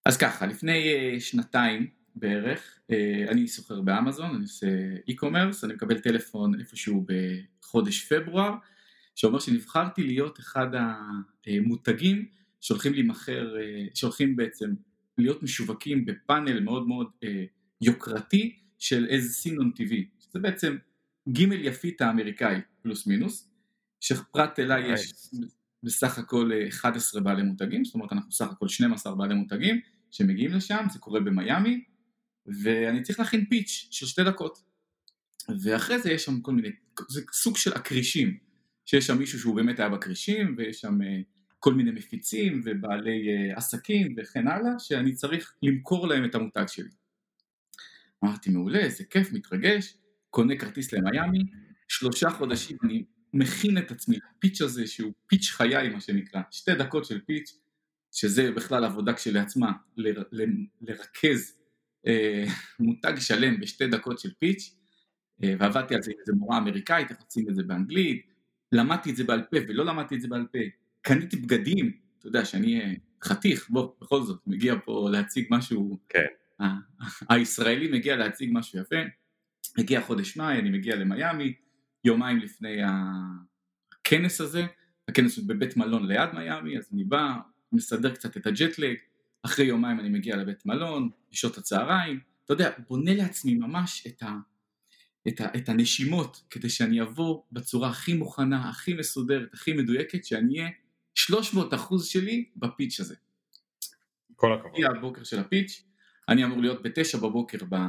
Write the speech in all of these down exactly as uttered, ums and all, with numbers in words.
אז ככה, לפני אה, שנתיים בערך, אה, אני סוחר באמזון, אני עושה e-commerce, אני מקבל טלפון איפשהו בחודש פברואר, שאומר שנבחרתי להיות אחד המותגים שהולכים להימכר, אה, שהולכים בעצם להיות משווקים בפאנל מאוד מאוד אה, יוקרתי של איזה סינון טבעי, שזה בעצם גימל יפית האמריקאי פלוס מינוס, שפרט אליי יש Nice. בסך הכל אה, אחד עשר בעלי מותגים, זאת אומרת אנחנו סך הכל שנים עשר בעלי מותגים שמגיעים לשם, זה קורה במיימי, ואני צריך להכין פיץ' של שתי דקות, ואחרי זה יש שם כל מיני, זה סוג של אקרישים, שיש שם מישהו שהוא באמת היה בקרישים, ויש שם אה, כל מיני מפיצים ובעלי אה, עסקים וכן הלאה, שאני צריך למכור להם את המותג שלי. אמרתי מעולה, איזה כיף, מתרגש, קונה כרטיס למיימי, שלושה חודשים אני מכין את עצמי לפיץ' הזה שהוא פיץ' חיי מה שנקרא, שתי דקות של פיץ', שזה בכלל עבודה כשלעצמה, ל- ל- לרכז אה, מותג שלם בשתי דקות של פיץ', אה, ועבדתי על זה עם איזה מורה אמריקאית, איך עושים את זה באנגלית, למדתי את זה בעל פה ולא למדתי את זה בעל פה, קניתי בגדים, אתה יודע שאני אה, חתיך, בוא, בכל זאת, מגיע פה להציג משהו, כן. ה- הישראלי מגיע להציג משהו יפה, מגיע חודש מאי, אני מגיע למיימי, יומיים לפני הכנס הזה, הכנס הוא בבית מלון ליד מיימי, אז אני בא, מסדר קצת את הג'טלג, אחרי יומיים אני מגיע לבית מלון, בשעות הצהריים, אתה יודע, בונה לעצמי ממש את, ה, את, ה, את הנשימות, כדי שאני אבוא בצורה הכי מוכנה, הכי מסודרת, הכי מדויקת, שאני אהיה שלוש מאות אחוז שלי בפיץ' הזה. כל הכבוד. הגיע הבוקר של הפיץ', אני אמור להיות בתשע בבוקר ב,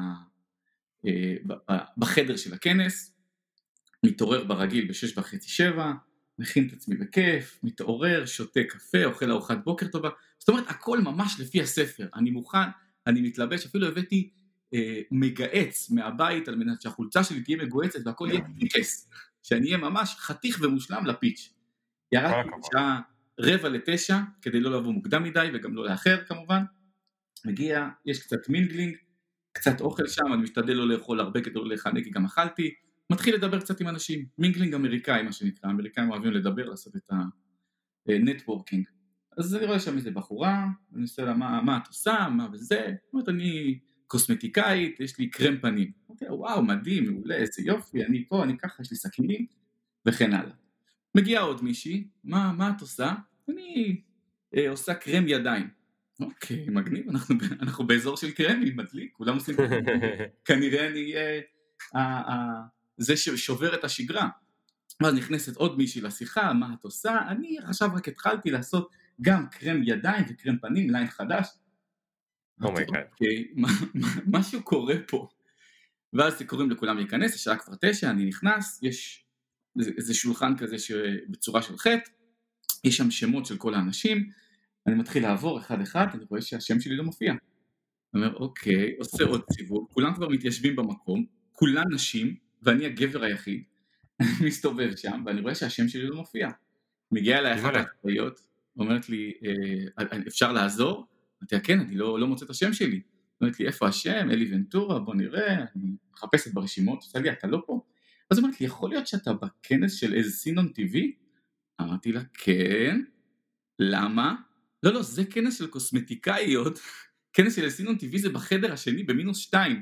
אה, ב, ב, בחדר של הכנס, מתעורר ברגיל בשש וחצי שבע, מכין את עצמי בכיף, מתעורר, שותה קפה, אוכל ארוחת בוקר טובה, זאת אומרת הכל ממש לפי הספר, אני מוכן, אני מתלבש, אפילו הבאתי אה, מגעץ מהבית על מנת שהחולצה שלי תהיה מגועצת והכל יהיה טיקס, שאני אהיה ממש חתיך ומושלם לפיץ'. ירדתי בשעה רבע לתשע כדי לא לבוא מוקדם מדי וגם לא לאחר כמובן, מגיע, יש קצת מינגלינג, קצת אוכל שם, אני משתדל לא לאכול הרבה כדי לא להיחנק כי גם אכלתי, מתחיל לדבר קצת עם אנשים, מינגלינג אמריקאי מה שנקרא, האמריקאים אוהבים לדבר, לעשות את הנטוורקינג, אז אני רואה שם איזה בחורה, אני עושה לה מה, מה את עושה, מה וזה, אומרת אני קוסמטיקאית, יש לי קרם פנים, אמרתי וואו מדהים, מעולה, איזה יופי, אני פה, אני ככה, יש לי סכינים, וכן הלאה. מגיעה עוד מישהי, מה, מה את עושה? אני אה, עושה קרם ידיים, אוקיי, מגניב, אנחנו, אנחנו באזור של קרמי, מדליק, כולם עושים קרמי, כנראה אני אהיה אה, אה, זה ששובר את השגרה. ואז נכנסת עוד מישהי לשיחה, מה את עושה? אני עכשיו רק התחלתי לעשות גם קרם ידיים וקרם פנים, ליין חדש. אומייגאד. אוקיי, משהו קורה פה. ואז קוראים לכולם להיכנס, השעה כבר תשע, אני נכנס, יש איזה שולחן כזה בצורה של חטא, יש שם שמות של כל האנשים, אני מתחיל לעבור אחד אחד, אני רואה שהשם שלי לא מופיע. אני אומר, אוקיי, עושה עוד סיבוב, כולם כבר מתיישבים במקום, כולן נשים, ואני הגבר היחיד, אני מסתובב שם, ואני רואה שהשם שלי לא מופיע. מגיעה אליי אחת האחראיות, אומרת לי, אה, אפשר לעזור? אמרתי לה, כן, אני לא, לא מוצא את השם שלי. אומרת לי, איפה השם? אלי ונטורה, בוא נראה, אני מחפשת ברשימות, עושה לי, אתה לא פה? אז אומרת לי, יכול להיות שאתה בכנס של איזה סינון טבעי? אמרתי לה, כן, למה? לא, לא, זה כנס של קוסמטיקאיות, כנס של סינון טבעי זה בחדר השני במינוס שתיים.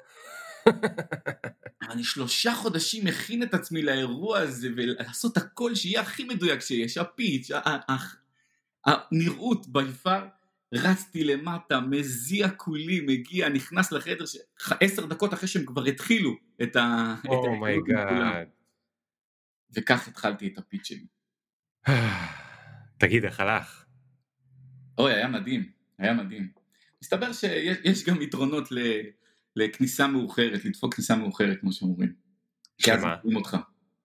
אני שלושה חודשים מכין את עצמי לאירוע הזה, ולעשות הכל שיהיה הכי מדויק שיש, הפיץ', הנראות ביפר, רצתי למטה, מזיע כולי, מגיע, נכנס לחדר, עשר דקות אחרי שהם כבר התחילו את ה... אומייגאד. וכך התחלתי את הפיץ' שלי. תגיד, איך הלך? אוי, היה מדהים, היה מדהים. מסתבר שיש גם יתרונות לכניסה מאוחרת, לדפוק כניסה מאוחרת, כמו שאומרים. שמה? אותך.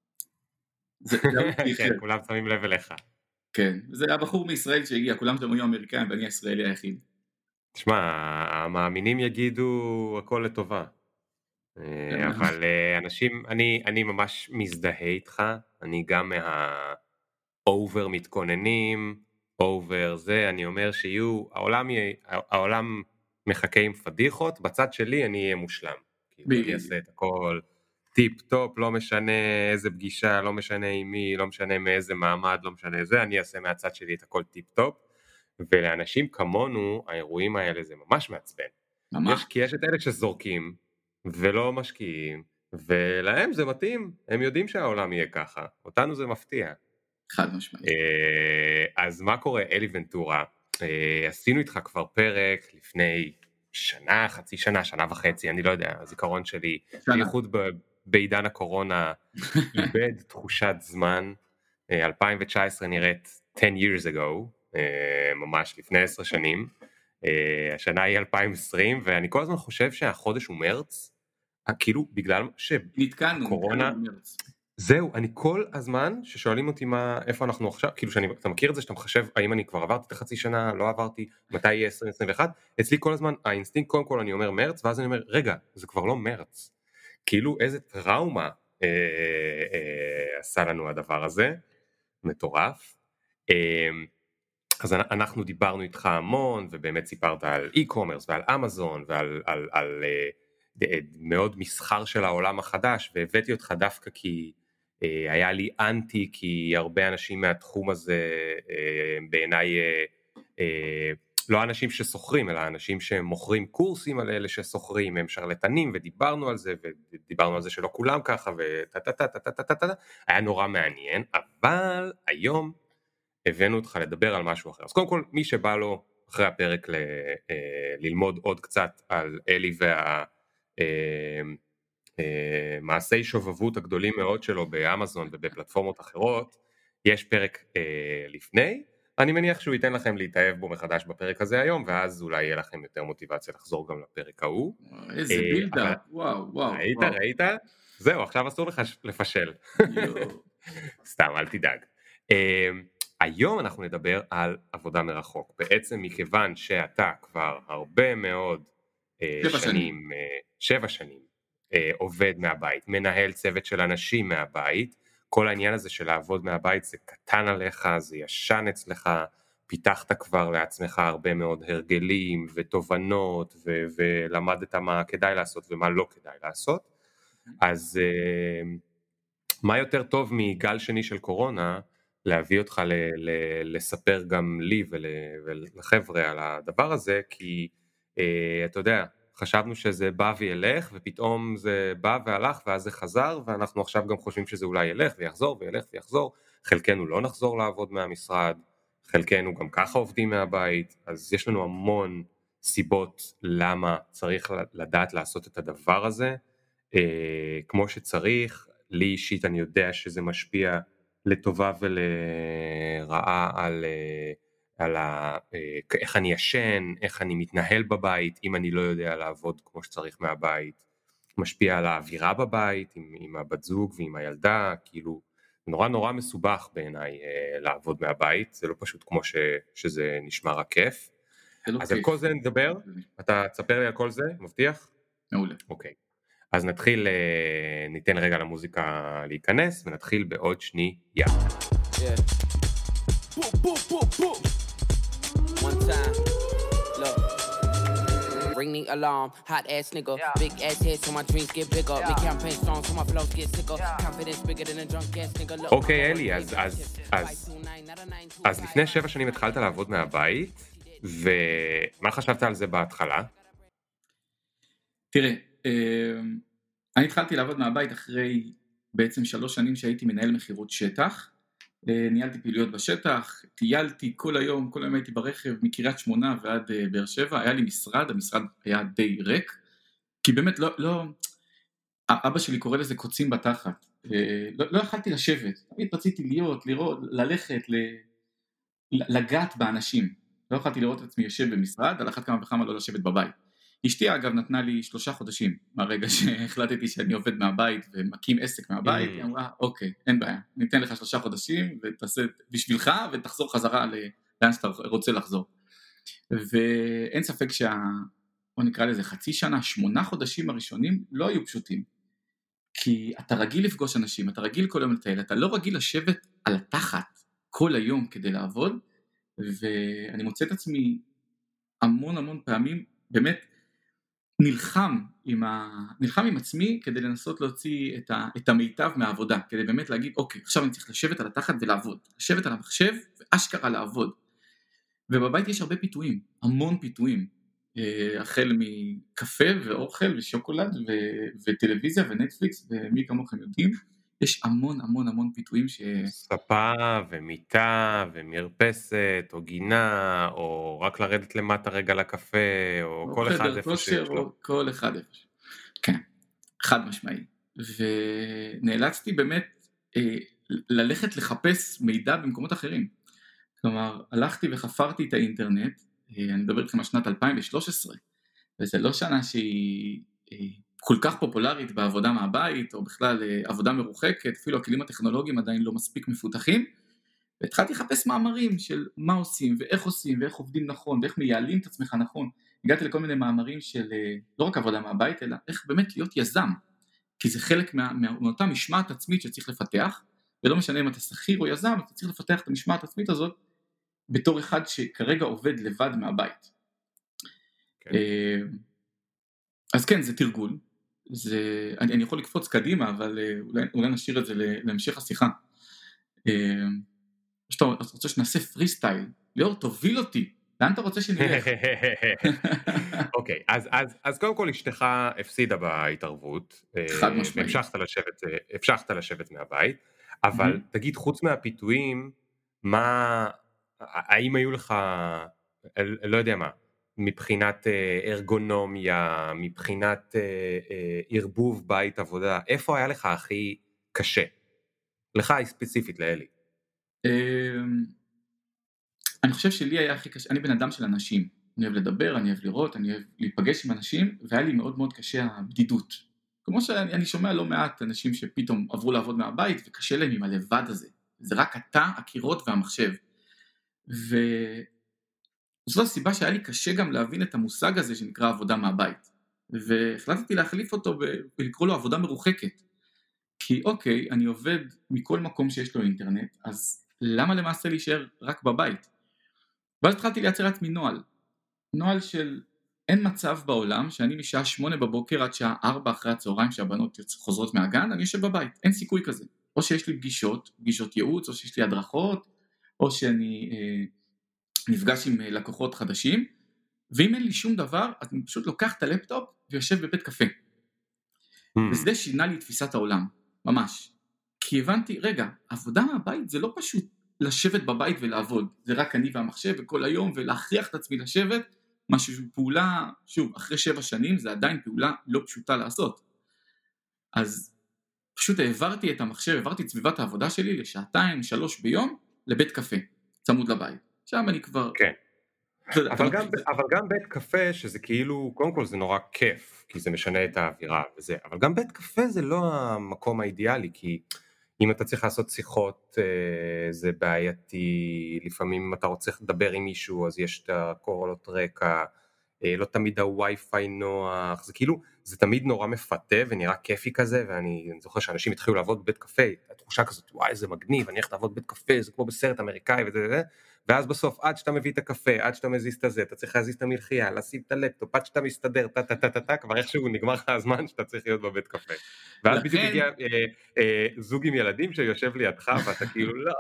כן, כולם שמים לב אליך. כן, זה הבחור מישראל שהגיע, כולם שם היו אמריקאים ואני הישראלי היחיד. תשמע, המאמינים יגידו הכל לטובה. אבל אנשים, אני, אני ממש מזדהה איתך, אני גם מהאובר מתכוננים, אובר זה, אני אומר שיהיו, העולם, העולם מחכה עם פדיחות, בצד שלי אני אהיה מושלם. אני אעשה את הכל טיפ טופ, לא משנה איזה פגישה, לא משנה עם מי, לא משנה מאיזה מעמד, לא משנה זה, אני אעשה מהצד שלי את הכל טיפ טופ, ולאנשים כמונו, האירועים האלה זה ממש מעצבן. ממש. יש, כי יש את אלה שזורקים, ולא משקיעים, ולהם זה מתאים, הם יודעים שהעולם יהיה ככה, אותנו זה מפתיע. חד משמעית. אז מה קורה, אלי ונטורה? עשינו איתך כבר פרק לפני שנה, חצי שנה, שנה וחצי, אני לא יודע, הזיכרון שלי, בייחוד בעידן הקורונה, איבד תחושת זמן. אלפיים תשע עשרה נראית ten years ago, ממש לפני עשר שנים, השנה היא אלפיים עשרים, ואני כל הזמן חושב שהחודש הוא מרץ, כאילו בגלל שהקורונה, זהו, אני כל הזמן ששואלים אותי מה, איפה אנחנו עכשיו, כאילו שאני, אתה מכיר את זה שאתה מחשב, האם אני כבר עברתי את החצי שנה, לא עברתי, מתי יהיה עשרים עשרים ואחת, אצלי כל הזמן, האינסטינקט, קודם כל אני אומר מרץ, ואז אני אומר, רגע, זה כבר לא מרץ, כאילו איזה טראומה אה, אה, עשה לנו הדבר הזה, מטורף. אה, אז אנחנו דיברנו איתך המון, ובאמת סיפרת על e-commerce ועל אמזון, ועל על, על, על, מאוד מסחר של העולם החדש, והבאתי אותך דווקא כי היה לי אנטי, כי הרבה אנשים מהתחום הזה, בעיניי, לא אנשים שסוחרים, אלא אנשים שמוכרים קורסים על אלה שסוחרים, הם שרלטנים, ודיברנו על זה, ודיברנו על זה שלא כולם ככה, וטטטטטטטטטט, היה נורא מעניין, אבל היום הבאנו אותך לדבר על משהו אחר. אז קודם כל, מי שבא לו אחרי הפרק ל, אה, ללמוד עוד קצת על אלי וה... אה, אה, מעשי שובבות הגדולים מאוד שלו באמזון ובפלטפורמות אחרות, יש פרק אה, לפני, אני מניח שהוא ייתן לכם להתאהב בו מחדש בפרק הזה היום, ואז אולי יהיה לכם יותר מוטיבציה לחזור גם לפרק ההוא. איזה אה, בילדה, אבל... וואו, וואו. ראית, וואו. ראית? זהו, עכשיו אסור לך לפשל. סתם, אל תדאג. אה, היום אנחנו נדבר על עבודה מרחוק, בעצם מכיוון שאתה כבר הרבה מאוד אה, שבע שנים, שנים. אה, שבע שנים, אה, עובד מהבית, מנהל צוות של אנשים מהבית, כל העניין הזה של לעבוד מהבית זה קטן עליך, זה ישן אצלך, פיתחת כבר לעצמך הרבה מאוד הרגלים ותובנות, ו- ולמדת מה כדאי לעשות ומה לא כדאי לעשות, אז אה, מה יותר טוב מגל שני של קורונה, להביא אותך ל- ל- לספר גם לי ול- ולחבר'ה על הדבר הזה, כי אה, אתה יודע, חשבנו שזה בא וילך, ופתאום זה בא והלך, ואז זה חזר, ואנחנו עכשיו גם חושבים שזה אולי ילך ויחזור וילך ויחזור, חלקנו לא נחזור לעבוד מהמשרד, חלקנו גם ככה עובדים מהבית, אז יש לנו המון סיבות למה צריך לדעת לעשות את הדבר הזה, אה, כמו שצריך. לי אישית אני יודע שזה משפיע לטובה ולרעה על, על ה, איך אני ישן, איך אני מתנהל בבית, אם אני לא יודע לעבוד כמו שצריך מהבית, משפיע על האווירה בבית, עם, עם הבת זוג ועם הילדה, כאילו נורא נורא מסובך בעיניי לעבוד מהבית, זה לא פשוט כמו ש, שזה נשמע רק כיף. אז כיף. על כל זה נדבר, אתה תספר לי על כל זה, מבטיח? מעולה. אוקיי. אז נתחיל, ניתן רגע למוזיקה להיכנס, ונתחיל בעוד שנייה. Yeah. One time, look. Ring the alarm, hot ass nigga, yeah. Big ass head so my dreams get bigger, yeah. Big campaign strong so my flows get sicker, yeah. Confidence bigger than a drunk ass nigga. אוקיי אלי, אז, אז, אז, אז לפני שבע שנים התחלת לעבוד מהבית, ומה חשבת על זה בהתחלה? תראה, אני התחלתי לעבוד מהבית אחרי בעצם שלוש שנים שהייתי מנהל מחירות שטח, ניהלתי פעילויות בשטח, טיילתי כל היום, כל היום הייתי ברכב מקריית שמונה ועד באר שבע, היה לי משרד, המשרד היה די ריק, כי באמת לא, לא, אבא שלי קורא לזה קוצים בתחת, לא, לא יכלתי לשבת, תמיד רציתי להיות, לראות, ללכת, לגעת באנשים, לא יכלתי לראות את עצמי יושב במשרד, על אחת כמה וכמה לא לשבת בבית. אשתי אגב נתנה לי שלושה חודשים מהרגע שהחלטתי שאני עובד מהבית ומקים עסק מהבית, היא אמרה אוקיי, אין בעיה, ניתן לך שלושה חודשים ותעשה בשבילך ותחזור חזרה לאן שאתה רוצה לחזור. ואין ספק שה... בוא נקרא לזה חצי שנה, שמונה חודשים הראשונים לא היו פשוטים, כי אתה רגיל לפגוש אנשים, אתה רגיל כל היום לטייל, אתה לא רגיל לשבת על התחת כל היום כדי לעבוד, ואני מוצא את עצמי המון המון פעמים באמת נלחם עם, ה... נלחם עם עצמי כדי לנסות להוציא את, ה... את המיטב מהעבודה, כדי באמת להגיד, אוקיי, עכשיו אני צריך לשבת על התחת ולעבוד, לשבת על המחשב ואשכרה לעבוד. ובבית יש הרבה פיתויים, המון פיתויים, החל מקפה ואוכל ושוקולד וטלוויזיה ונטפליקס ומי כמוכם יודעים, יש המון המון המון פיתויים ש... ספה ומיטה ומרפסת או גינה או רק לרדת למטה רגע לקפה או כל אחד איפה שיש לו. כל אחד איפה שיש. כן, חד משמעי. ונאלצתי באמת אה, ללכת לחפש מידע במקומות אחרים. כלומר, הלכתי וחפרתי את האינטרנט, אה, אני מדבר איתכם על שנת אלפיים ושלוש עשרה, וזה לא שנה שהיא אה, כל כך פופולרית בעבודה מהבית, או בכלל אה, עבודה מרוחקת, אפילו הכלים הטכנולוגיים עדיין לא מספיק מפותחים, והתחלתי לחפש מאמרים של מה עושים ואיך עושים ואיך עובדים נכון ואיך מייעלים את עצמך נכון. הגעתי לכל מיני מאמרים של לא רק עבודה מהבית אלא איך באמת להיות יזם, כי זה חלק מה, מאותה משמעת עצמית שצריך לפתח, ולא משנה אם אתה שכיר או יזם, אתה צריך לפתח את המשמעת העצמית הזאת בתור אחד שכרגע עובד לבד מהבית. כן. אז כן, זה תרגול, זה, אני, אני יכול לקפוץ קדימה, אבל אולי, אולי נשאיר את זה להמשך השיחה. אתה רוצה שנעשה פרי סטייל, ליאור תוביל אותי, לאן אתה רוצה שנלך? אוקיי, אז, אז, אז קודם כל אשתך הפסידה בהתערבות, חד משמעית. והמשכת לשבת, המשכת לשבת מהבית, אבל תגיד חוץ מהפיתויים, מה, האם היו לך, לא יודע מה, מבחינת ארגונומיה, מבחינת ערבוב בית עבודה, איפה היה לך הכי קשה? לך ספציפית, לאלי. אני חושב שלי היה הכי קשה, אני בן אדם של אנשים, אני אוהב לדבר, אני אוהב לראות, אני אוהב להיפגש עם אנשים, והיה לי מאוד מאוד קשה הבדידות. כמו שאני שומע לא מעט אנשים שפתאום עברו לעבוד מהבית, וקשה להם עם הלבד הזה. זה רק אתה, הקירות והמחשב. וזו הסיבה שהיה לי קשה גם להבין את המושג הזה שנקרא עבודה מהבית. והחלטתי להחליף אותו ולקרוא לו עבודה מרוחקת. כי אוקיי, אני עובד מכל מקום שיש לו אינטרנט, אז למה למעשה להישאר רק בבית? ואז התחלתי לייצר לעצמי נוהל. נוהל של אין מצב בעולם שאני משעה שמונה בבוקר עד שעה ארבע אחרי הצהריים שהבנות חוזרות מהגן, אני יושב בבית. אין סיכוי כזה. או שיש לי פגישות, פגישות ייעוץ, או שיש לי הדרכות, או שאני אה, נפגש עם לקוחות חדשים, ואם אין לי שום דבר, אז אני פשוט לוקח את הלפטופ ויושב בבית קפה. Mm. וזה שינה לי תפיסת העולם. ממש. כי הבנתי, רגע, עבודה מהבית זה לא פשוט לשבת בבית ולעבוד. זה רק אני והמחשב וכל היום ולהכריח את עצמי לשבת, משהו פעולה, שוב, אחרי שבע שנים זה עדיין פעולה לא פשוטה לעשות. אז פשוט העברתי את המחשב, העברתי את סביבת העבודה שלי לשעתיים, שלוש ביום, לבית קפה, צמוד לבית. שם אני כבר... כן. אבל גם, אבל גם בית קפה שזה כאילו, קודם כל זה נורא כיף, כי זה משנה את האווירה וזה, אבל גם בית קפה זה לא המקום האידיאלי, כי אם אתה צריך לעשות שיחות זה בעייתי, לפעמים אם אתה רוצה לדבר עם מישהו אז יש את הקולות רקע, לא תמיד הווי-פיי נוח, זה כאילו, זה תמיד נורא מפתה ונראה כיפי כזה, ואני זוכר שאנשים התחילו לעבוד בבית קפה, התחושה כזאת, וואי זה מגניב, אני הולך לעבוד בבית קפה, זה כמו בסרט אמריקאי וזה וזה, ואז בסוף עד שאתה מביא את הקפה, עד שאתה מזיז את זה, אתה צריך להזיז את המלחייה, לשים את הלפטופ, עד שאתה מסתדר, טה-טה-טה-טה, כבר איכשהו נגמר לך הזמן שאתה צריך להיות בבית קפה. ואז בדיוק הגיע זוג עם ילדים שיושב לידך, ואתה כאילו לא...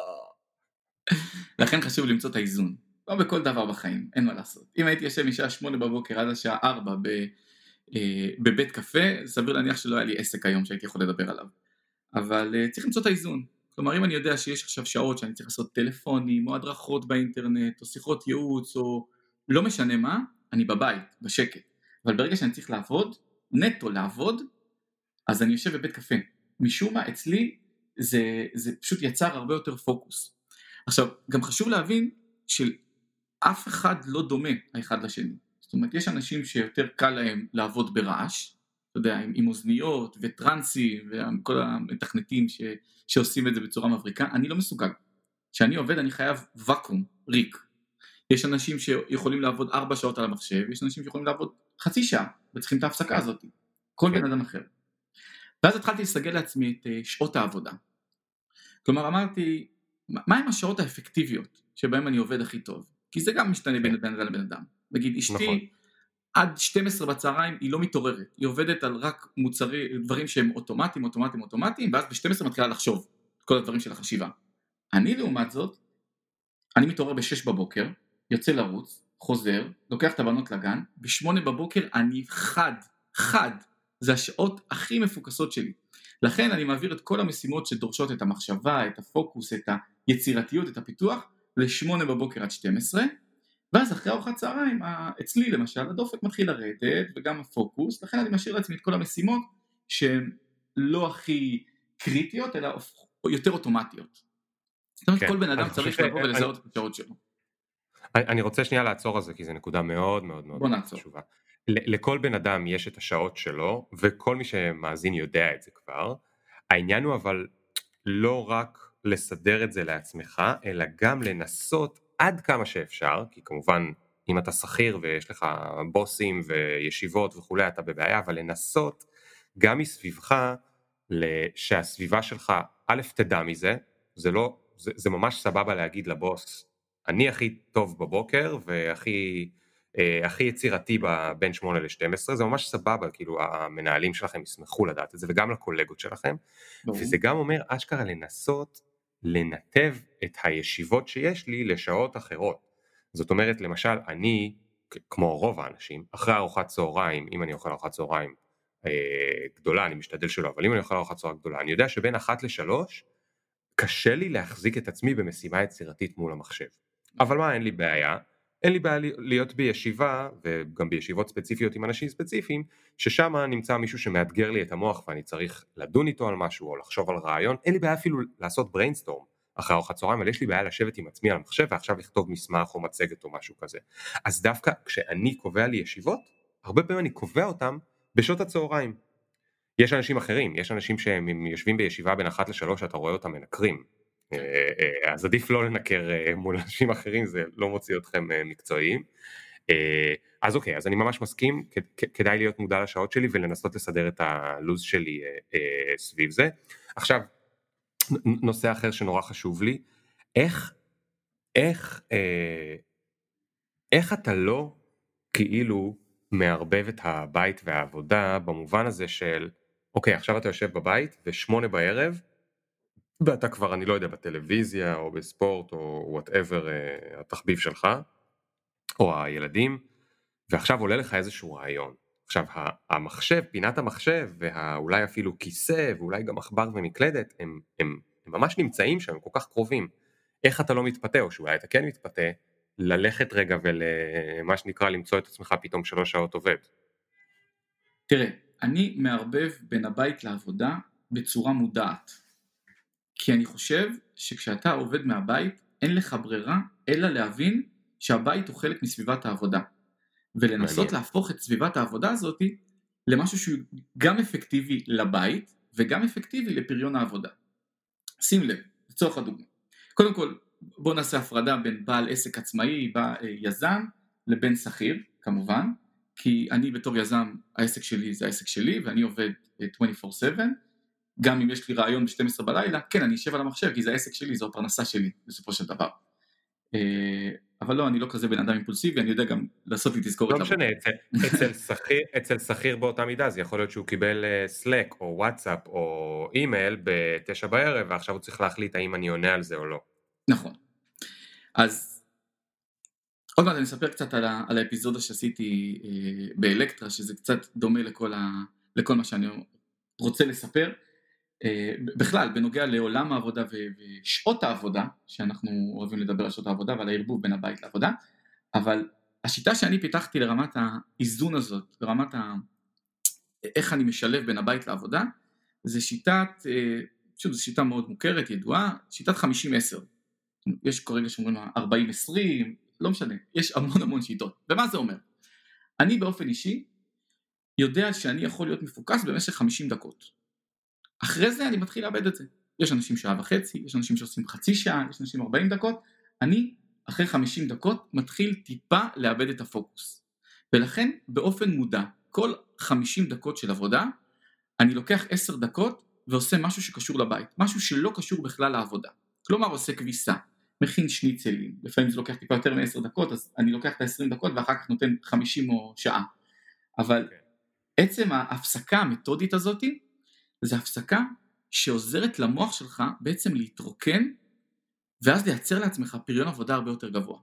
לכן חשוב למצוא את האיזון. לא בכל דבר בחיים, אין מה לעשות. אם הייתי יושב משעה שמונה בבוקר עד השעה ארבע בבית קפה, סביר להניח שלא היה לי עסק היום שהייתי יכול לדבר עליו. אבל צריך למצוא את האיזון. כלומר, אם אני יודע שיש עכשיו שעות שאני צריך לעשות טלפונים, או הדרכות באינטרנט, או שיחות ייעוץ, או לא משנה מה, אני בבית, בשקט. אבל ברגע שאני צריך לעבוד, נטו לעבוד, אז אני יושב בבית קפה. משום מה, אצלי, זה, זה פשוט יצר הרבה יותר פוקוס. עכשיו, גם חשוב להבין שאף אחד לא דומה האחד לשני. זאת אומרת, יש אנשים שיותר קל להם לעבוד ברעש, אתה יודע, עם, עם אוזניות וטרנסים וכל המתכנתים ש, שעושים את זה בצורה מבריקה, אני לא מסוגל. כשאני עובד אני חייב וקום, ריק. יש אנשים שיכולים לעבוד ארבע שעות על המחשב, יש אנשים שיכולים לעבוד חצי שעה, וצריכים את ההפסקה הזאת. כל בן אדם אחר. ואז התחלתי לסגל לעצמי את שעות העבודה. כלומר אמרתי, מה עם השעות האפקטיביות שבהן אני עובד הכי טוב? כי זה גם משתנה בין בן אדם לבן אדם. נגיד, אשתי עד שתים עשרה בצהריים היא לא מתעוררת, היא עובדת על רק מוצרי, דברים שהם אוטומטיים, אוטומטיים, אוטומטיים, ואז ב-שתים עשרה מתחילה לחשוב את כל הדברים של החשיבה. אני לעומת זאת, אני מתעורר ב-שש בבוקר, יוצא לרוץ, חוזר, לוקח את הבנות לגן, בשמונה בבוקר אני חד, חד, זה השעות הכי מפוקסות שלי. לכן אני מעביר את כל המשימות שדורשות את המחשבה, את הפוקוס, את היצירתיות, את הפיתוח, לשמונה בבוקר עד שתים עשרה, ואז אחרי ארוחת צהריים, אצלי למשל, הדופק מתחיל לרדת, וגם הפוקוס, לכן אני משאיר לעצמי את כל המשימות, שהן לא הכי קריטיות, אלא יותר אוטומטיות. זאת אומרת, כל בן אדם צריך לבוא ולזהות את השעות שלו. אני רוצה שנייה לעצור על זה, כי זו נקודה מאוד מאוד מאוד חשובה. לכל בן אדם יש את השעות שלו, וכל מי שמאזין יודע את זה כבר. העניין הוא אבל לא רק לסדר את זה לעצמך, אלא גם לנסות עד כמה שאפשר, כי כמובן אם אתה שכיר ויש לך בוסים וישיבות וכולי, אתה בבעיה, אבל לנסות גם מסביבך, שהסביבה שלך, א' תדע מזה, זה לא, זה, זה ממש סבבה להגיד לבוס, אני הכי טוב בבוקר והכי אה, הכי יצירתי בין שמונה ל-שתים עשרה, זה ממש סבבה, כאילו המנהלים שלכם ישמחו לדעת את זה, וגם לקולגות שלכם, וזה גם אומר אשכרה לנסות לנתב את הישיבות שיש לי לשעות אחרות. זאת אומרת, למשל, אני, כמו רוב האנשים, אחרי ארוחת צהריים, אם אני אוכל ארוחת צהריים אה, גדולה, אני משתדל שלא, אבל אם אני אוכל ארוחת צהריים גדולה, אני יודע שבין אחת לשלוש, קשה לי להחזיק את עצמי במשימה יצירתית מול המחשב. אבל מה, אין לי בעיה, אין לי בעיה להיות בישיבה, וגם בישיבות ספציפיות עם אנשים ספציפיים, ששם נמצא מישהו שמאתגר לי את המוח, ואני צריך לדון איתו על משהו, או לחשוב על רעיון, אין לי בעיה אפילו לעשות בריינסטורם אחרי ארוחת צהריים, אבל יש לי בעיה לשבת עם עצמי על המחשב, ועכשיו לכתוב מסמך או מצגת או משהו כזה. אז דווקא כשאני קובע לי ישיבות, הרבה פעמים אני קובע אותם בשעות הצהריים. יש אנשים אחרים, יש אנשים שהם יושבים בישיבה בין אחת לשלוש, אתה רואה אותם מנקרים. אז עדיף לא לנקר מול אנשים אחרים, זה לא מוציא אתכם מקצועיים. אז אוקיי, אז אני ממש מסכים, כדאי להיות מודע לשעות שלי ולנסות לסדר את הלוז שלי סביב זה. עכשיו, נושא אחר שנורא חשוב לי, איך, איך, איך אתה לא כאילו מערבב את הבית והעבודה במובן הזה של, אוקיי, עכשיו אתה יושב בבית ושמונה בערב, ואתה כבר, אני לא יודע, בטלוויזיה או בספורט או whatever התחביב שלך, או הילדים, ועכשיו עולה לך איזשהו רעיון. עכשיו, המחשב, פינת המחשב, ואולי אפילו כיסא, ואולי גם מחבר ומקלדת, הם, הם, הם ממש נמצאים שם, הם כל כך קרובים. איך אתה לא מתפתה, או שאולי אתה כן מתפתה, ללכת רגע ולמה שנקרא למצוא את עצמך פתאום שלוש שעות עובד? תראה, אני מערבב בין הבית לעבודה בצורה מודעת. כי אני חושב שכשאתה עובד מהבית, אין לך ברירה, אלא להבין שהבית הוא חלק מסביבת העבודה. ולנסות מעניין. להפוך את סביבת העבודה הזאת למשהו שהוא גם אפקטיבי לבית, וגם אפקטיבי לפריון העבודה. שים לב, לצורך הדוגמה. קודם כל, בוא נעשה הפרדה בין בעל עסק עצמאי, יזם, לבין שכיר, כמובן. כי אני בתור יזם, העסק שלי זה העסק שלי, ואני עובד עשרים וארבע שבע, גם אם יש לי רעיון ב-שתים עשרה בלילה, כן, אני אשב על המחשב, כי זה העסק שלי, זו הפרנסה שלי, בסופו של דבר. אבל לא, אני לא כזה בן אדם אימפולסיבי, אני יודע גם לעשות לי תזכורת. לא משנה, אצל שכיר, אצל שכיר באותה מידה, זה יכול להיות שהוא קיבל סלק, או וואטסאפ, או אימייל, בתשע בערב, ועכשיו הוא צריך להחליט האם אני עונה על זה או לא. נכון. אז, עוד מעט אני אספר קצת על, ה, על האפיזודה שעשיתי אה, באלקטרה, שזה קצת דומה לכל, ה, לכל מה שאני רוצה לספר. בכלל, בנוגע לעולם העבודה ושעות העבודה, שאנחנו אוהבים לדבר על שעות העבודה ועל הערבוב בין הבית לעבודה, אבל השיטה שאני פיתחתי לרמת האיזון הזאת, לרמת ה... איך אני משלב בין הבית לעבודה, זה שיטת, שוב, זו שיטה מאוד מוכרת, ידועה, שיטת חמישים עשר. יש כרגע שאומרים ארבעים עשרים, לא משנה, יש המון המון שיטות. ומה זה אומר? אני באופן אישי יודע שאני יכול להיות מפוקס במשך חמישים דקות. אחרי זה אני מתחיל לאבד את זה. יש אנשים שעה וחצי, יש אנשים שעושים חצי שעה, יש אנשים ארבעים דקות. אני אחרי חמישים דקות מתחיל טיפה לאבד את הפוקוס. ולכן באופן מודע, כל חמישים דקות של עבודה, אני לוקח עשר דקות ועושה משהו שקשור לבית, משהו שלא קשור בכלל לעבודה. כלומר עושה כביסה, מכין שניצלים, לפעמים זה לוקח טיפה יותר מ-עשר דקות, אז אני לוקח את ה-עשרים דקות ואחר כך נותן חמישים או שעה. אבל עצם ההפסקה המתודית הזאת, זו הפסקה שעוזרת למוח שלך בעצם להתרוקן, ואז לייצר לעצמך פריון עבודה הרבה יותר גבוה.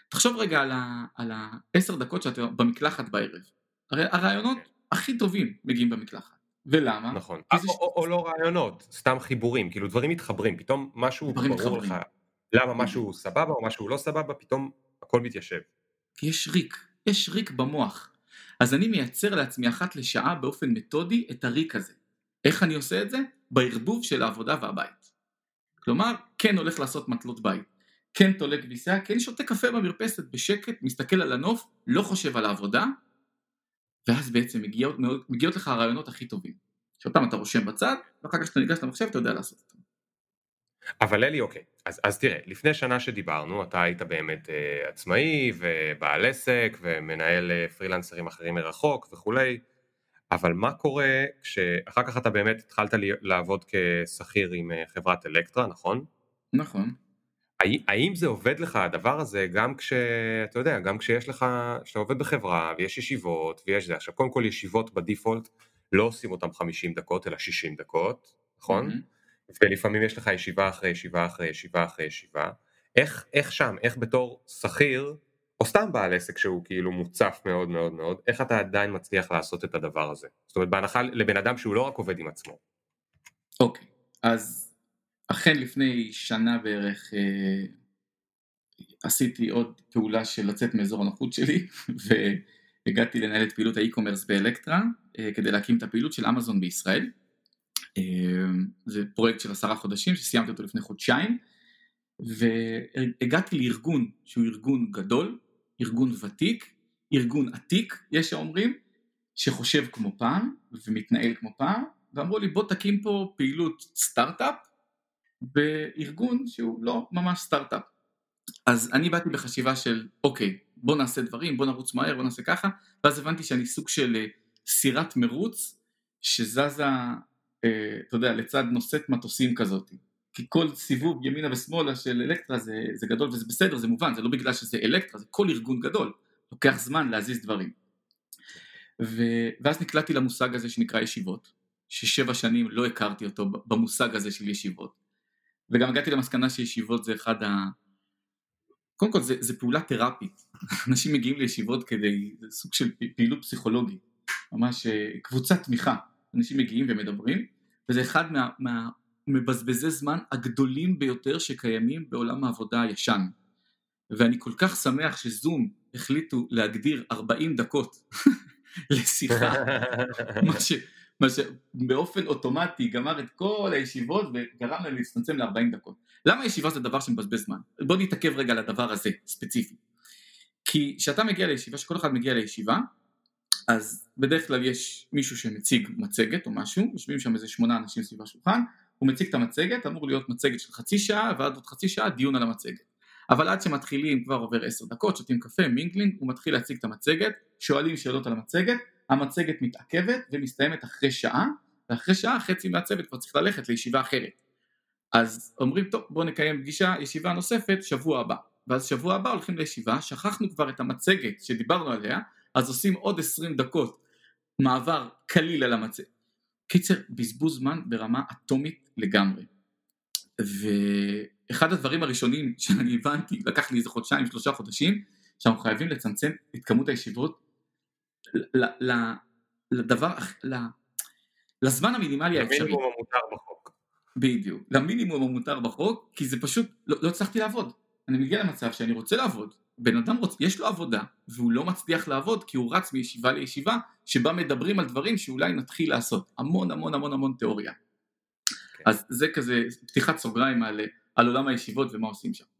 תחשוב רגע על ה- על העשר דקות שאתה במקלחת בערב. הרי הרעיונות כן. הכי טובים מגיעים במקלחת. ולמה? נכון. כי אה, זה או ש- או או לא רעיונות, סתם חיבורים, כאילו דברים מתחברים, פתאום משהו דברים ברור לך מתחברים. למה בדיוק. משהו סבבה או משהו לא סבבה, פתאום הכל מתיישב. כי יש ריק, יש ריק במוח. אז אני מייצר לעצמי אחת לשעה באופן מתודי את הריק הזה. איך אני עושה את זה? בערבוב של העבודה והבית. כלומר, כן הולך לעשות מטלות בית, כן תולה כביסה, כן שותה קפה במרפסת בשקט, מסתכל על הנוף, לא חושב על העבודה, ואז בעצם מגיעות, מגיעות לך הרעיונות הכי טובים. שאותם אתה רושם בצד, ואחר כך כשאתה ניגש למחשב אתה יודע לעשות אותם. אבל אלי, אוקיי, אז, אז תראה, לפני שנה שדיברנו, אתה היית באמת אה, עצמאי ובעל עסק ומנהל אה, פרילנסרים אחרים מרחוק וכולי, אבל מה קורה כשאחר כך אתה באמת התחלת לי- לעבוד כשכיר עם אה, חברת אלקטרה, נכון? נכון. האי- האם זה עובד לך הדבר הזה גם כשאתה יודע, גם כשיש לך, כשאתה עובד בחברה ויש ישיבות ויש זה, עכשיו קודם כל ישיבות בדיפולט לא עושים אותם חמישים דקות אלא שישים דקות, נכון? מהמם. ולפעמים יש לך ישיבה אחרי ישיבה אחרי ישיבה אחרי ישיבה, איך, איך שם, איך בתור שכיר, או סתם בעל עסק שהוא כאילו מוצף מאוד מאוד מאוד, איך אתה עדיין מצליח לעשות את הדבר הזה? זאת אומרת, בהנחה לבן אדם שהוא לא רק עובד עם עצמו. אוקיי, אז אכן לפני שנה בערך אה, עשיתי עוד פעולה של לצאת מאזור הנוחות שלי, והגעתי לנהל את פעילות האי-קומרס באלקטרה, אה, כדי להקים את הפעילות של אמזון בישראל. אה, זה פרויקט של עשרה חודשים שסיימתי אותו לפני חודשיים, והגעתי לארגון שהוא ארגון גדול, ארגון ותיק, ארגון עתיק, יש שאומרים, שחושב כמו פעם ומתנהל כמו פעם, ואמרו לי בוא תקים פה פעילות סטארט-אפ בארגון שהוא לא ממש סטארט-אפ. אז אני באתי בחשיבה של אוקיי, בוא נעשה דברים, בוא נרוץ מהר, בוא נעשה ככה, ואז הבנתי שאני סוג של אה, סירת מרוץ שזזה, אה, אתה יודע, לצד נושאת מטוסים כזאת. כי כל סיבוב ימינה ושמאלה של אלקטרה זה, זה גדול וזה בסדר, זה מובן, זה לא בגלל שזה אלקטרה, זה כל ארגון גדול, לוקח זמן להזיז דברים. ו... ואז נקלעתי למושג הזה שנקרא ישיבות, ששבע שנים לא הכרתי אותו במושג הזה של ישיבות, וגם הגעתי למסקנה שישיבות זה אחד ה... קודם כל זה, זה פעולה תרפית, אנשים מגיעים לישיבות כדי, זה סוג של פעילות פסיכולוגית, ממש קבוצת תמיכה, אנשים מגיעים ומדברים, וזה אחד מה, מה מבזבזי זמן הגדולים ביותר שקיימים בעולם העבודה הישן, ואני כל כך שמח שזום החליטו להגדיר ארבעים דקות לשיחה, מה, ש, מה שבאופן אוטומטי גמר את כל הישיבות וגרם להם להצטמצם ל-ארבעים דקות. למה ישיבה זה דבר שמבזבז זמן? בוא נתעכב רגע על הדבר הזה ספציפי. כי כשאתה מגיע לישיבה, שכל אחד מגיע לישיבה, אז בדרך כלל יש מישהו שמציג מצגת או משהו, יושבים שם איזה שמונה אנשים סביב השולחן, הוא מציג את המצגת, אמור להיות מצגת של חצי שעה, ועד עוד חצי שעה דיון על המצגת. אבל עד שמתחילים כבר עובר עשר דקות, שותים קפה, מינגלינג, הוא מתחיל להציג את המצגת, שואלים שאלות על המצגת, המצגת מתעכבת ומסתיימת אחרי שעה, ואחרי שעה חצי מהצוות כבר צריך ללכת לישיבה אחרת. אז אומרים טוב בוא נקיים פגישה, ישיבה נוספת שבוע הבא, ואז שבוע הבא הולכים לישיבה, שכחנו כבר את המצגת שדיברנו עליה, אז עושים עוד עשרים דקות מעבר קליל על המצגת. קיצר, בזבוז זמן ברמה אטומית לגמרי. ואחד הדברים הראשונים שאני הבנתי, לקח לי איזה חודשיים, שלושה חודשים, שאנחנו חייבים לצמצם את כמות הישיבות ל- ל- לדבר, ל- לזמן המינימלי האפשרי. למינימום המותר בחוק. בדיוק, למינימום המותר בחוק, כי זה פשוט, לא, לא הצלחתי לעבוד. אני מגיע למצב שאני רוצה לעבוד, בן אדם רוצ, יש לו עבודה, והוא לא מצליח לעבוד, כי הוא רץ מישיבה לישיבה, שבה מדברים על דברים שאולי נתחיל לעשות. המון המון המון המון תיאוריה. כן. אז זה כזה פתיחת סוגריים על, על עולם הישיבות ומה עושים שם.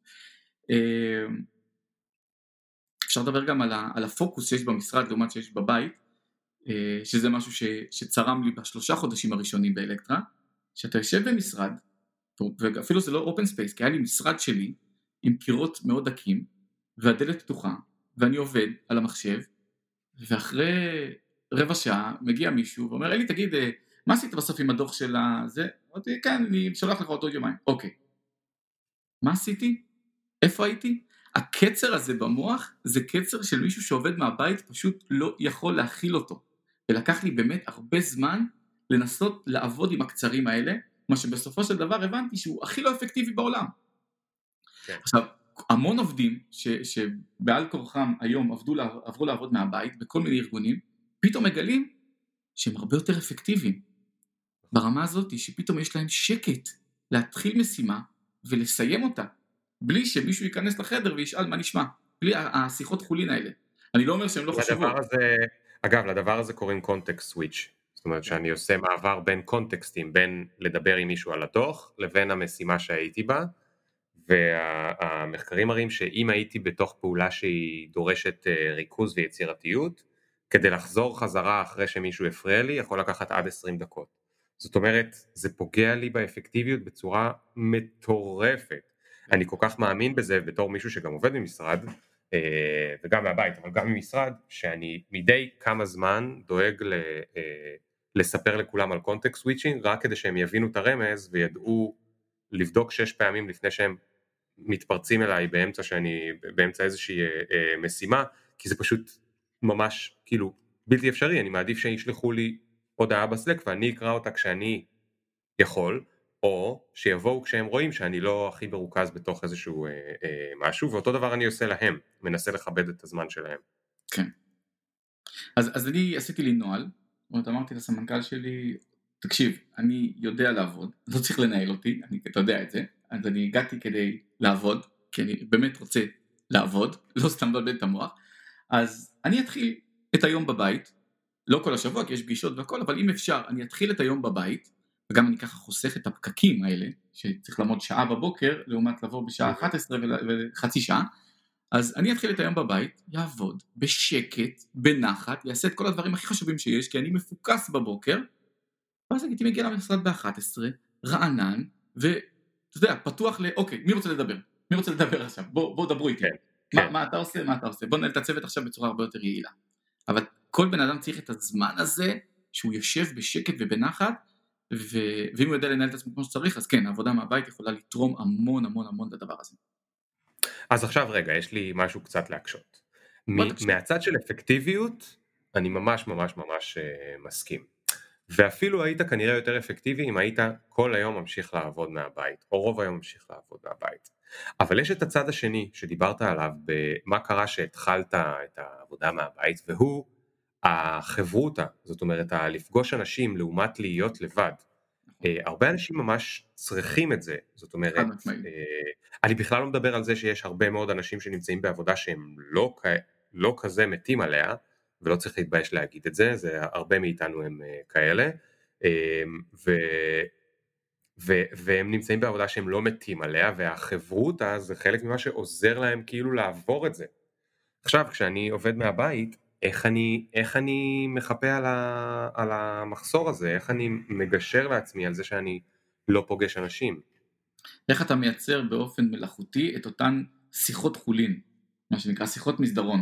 אפשר לדבר גם על, ה, על הפוקוס שיש במשרד לעומת שיש בבית, שזה משהו ש, שצרם לי בשלושה חודשים הראשונים באלקטרה, שאתה יושב במשרד, ואפילו זה לא אופן ספייס, כי היה לי משרד שלי עם קירות מאוד דקים, והדלת פתוחה, ואני עובד על המחשב, ואחרי רבע שעה מגיע מישהו ואומר, אלי תגיד, מה עשית בסוף עם הדוח של הזה? אמרתי, כן, אני שולח לך אותו יומיים. אוקיי. מה עשיתי? איפה הייתי? הקצר הזה במוח זה קצר של מישהו שעובד מהבית, פשוט לא יכול להכיל אותו. ולקח לי באמת הרבה זמן לנסות לעבוד עם הקצרים האלה, מה שבסופו של דבר הבנתי שהוא הכי לא אפקטיבי בעולם. כן. עכשיו, המון עובדים ש, שבעל כורחם היום עבדו, עברו לעבוד מהבית בכל מיני ארגונים, פתאום מגלים שהם הרבה יותר אפקטיביים. ברמה הזאת שפתאום יש להם שקט להתחיל משימה ולסיים אותה, בלי שמישהו ייכנס לחדר וישאל מה נשמע, בלי השיחות חולין האלה. אני לא אומר שהן לא חשובות. הזה, אגב, לדבר הזה קוראים קונטקסט סוויץ'. זאת אומרת שאני עושה מעבר בין קונטקסטים, בין לדבר עם מישהו על הדוח, לבין המשימה שהייתי בה, והמחקרים מראים שאם הייתי בתוך פעולה שהיא דורשת ריכוז ויצירתיות, כדי לחזור חזרה אחרי שמישהו הפריע לי, יכול לקחת עד עשרים דקות. זאת אומרת, זה פוגע לי באפקטיביות בצורה מטורפת. אני כל כך מאמין בזה בתור מישהו שגם עובד במשרד, וגם מהבית, אבל גם ממשרד, שאני מדי כמה זמן דואג ל, לספר לכולם על קונטקסט סוויצ'ינג, רק כדי שהם יבינו את הרמז וידעו לבדוק שש פעמים לפני שהם מתפרצים אליי באמצע שאני, באמצע איזושהי משימה, כי זה פשוט ממש כאילו בלתי אפשרי. אני מעדיף שישלחו לי הודעה בסלק ואני אקרא אותה כשאני יכול, או שיבואו כשהם רואים שאני לא הכי מרוכז בתוך איזשהו אה, אה, משהו, ואותו דבר אני עושה להם, מנסה לכבד את הזמן שלהם. כן. אז, אז אני עשיתי לי נועל, זאת אומרת, אמרתי לסמנכ"ל שלי, תקשיב, אני יודע לעבוד, לא צריך לנהל אותי, אני, אתה יודע את זה, אז אני הגעתי כדי לעבוד, כי אני באמת רוצה לעבוד, לא סתם לבלבל את המוח, אז אני אתחיל את היום בבית, לא כל השבוע כי יש פגישות והכל, אבל אם אפשר, אני אתחיל את היום בבית, וגם אני ככה חוסך את הפקקים האלה, שצריך לעמוד שעה בבוקר, לעומת לבוא בשעה אחת עשרה וחצי שעה, אז אני אתחיל את היום בבית, יעבוד בשקט, בנחת, יעשה את כל הדברים הכי חשובים שיש, כי אני מפוקס בבוקר, ואז הייתי מגיע למשרד ב-אחת עשרה, רענן, ואתה יודע, פתוח ל... אוקיי, מי רוצה לדבר? מי רוצה לדבר עכשיו? בוא, בוא דברו איתי. כן, מה, כן. מה אתה עושה? מה אתה עושה? בוא ננהל את הצוות עכשיו בצורה הרבה יותר יעילה. אבל כל בן אדם צריך את הזמן הזה, שהוא יושב בשקט ובנחת, ו... ואם הוא יודע לנהל את עצמו כמו שצריך, אז כן, העבודה מהבית יכולה לתרום המון המון המון לדבר הזה. אז עכשיו רגע, יש לי משהו קצת להקשות. מ- מהצד של אפקטיביות, אני ממש ממש ממש uh, מסכים. ואפילו היית כנראה יותר אפקטיבי אם היית כל היום ממשיך לעבוד מהבית, או רוב היום ממשיך לעבוד מהבית. אבל יש את הצד השני שדיברת עליו, במה קרה שהתחלת את העבודה מהבית, והוא החברותה, זאת אומרת, לפגוש אנשים לעומת להיות לבד. הרבה אנשים ממש צריכים את זה, זאת אומרת, אני בכלל לא מדבר על זה שיש הרבה מאוד אנשים שנמצאים בעבודה שהם לא, לא כזה מתים עליה, ולא צריך להתבייש להגיד את זה, זה הרבה מאיתנו הם כאלה, ו, ו, והם נמצאים בעבודה שהם לא מתים עליה, והחברותה זה חלק ממה שעוזר להם כאילו לעבור את זה. עכשיו, כשאני עובד מהבית, איך אני, איך אני מחפה על, ה, על המחסור הזה, איך אני מגשר לעצמי על זה שאני לא פוגש אנשים. איך אתה מייצר באופן מלאכותי את אותן שיחות חולין, מה שנקרא שיחות מסדרון?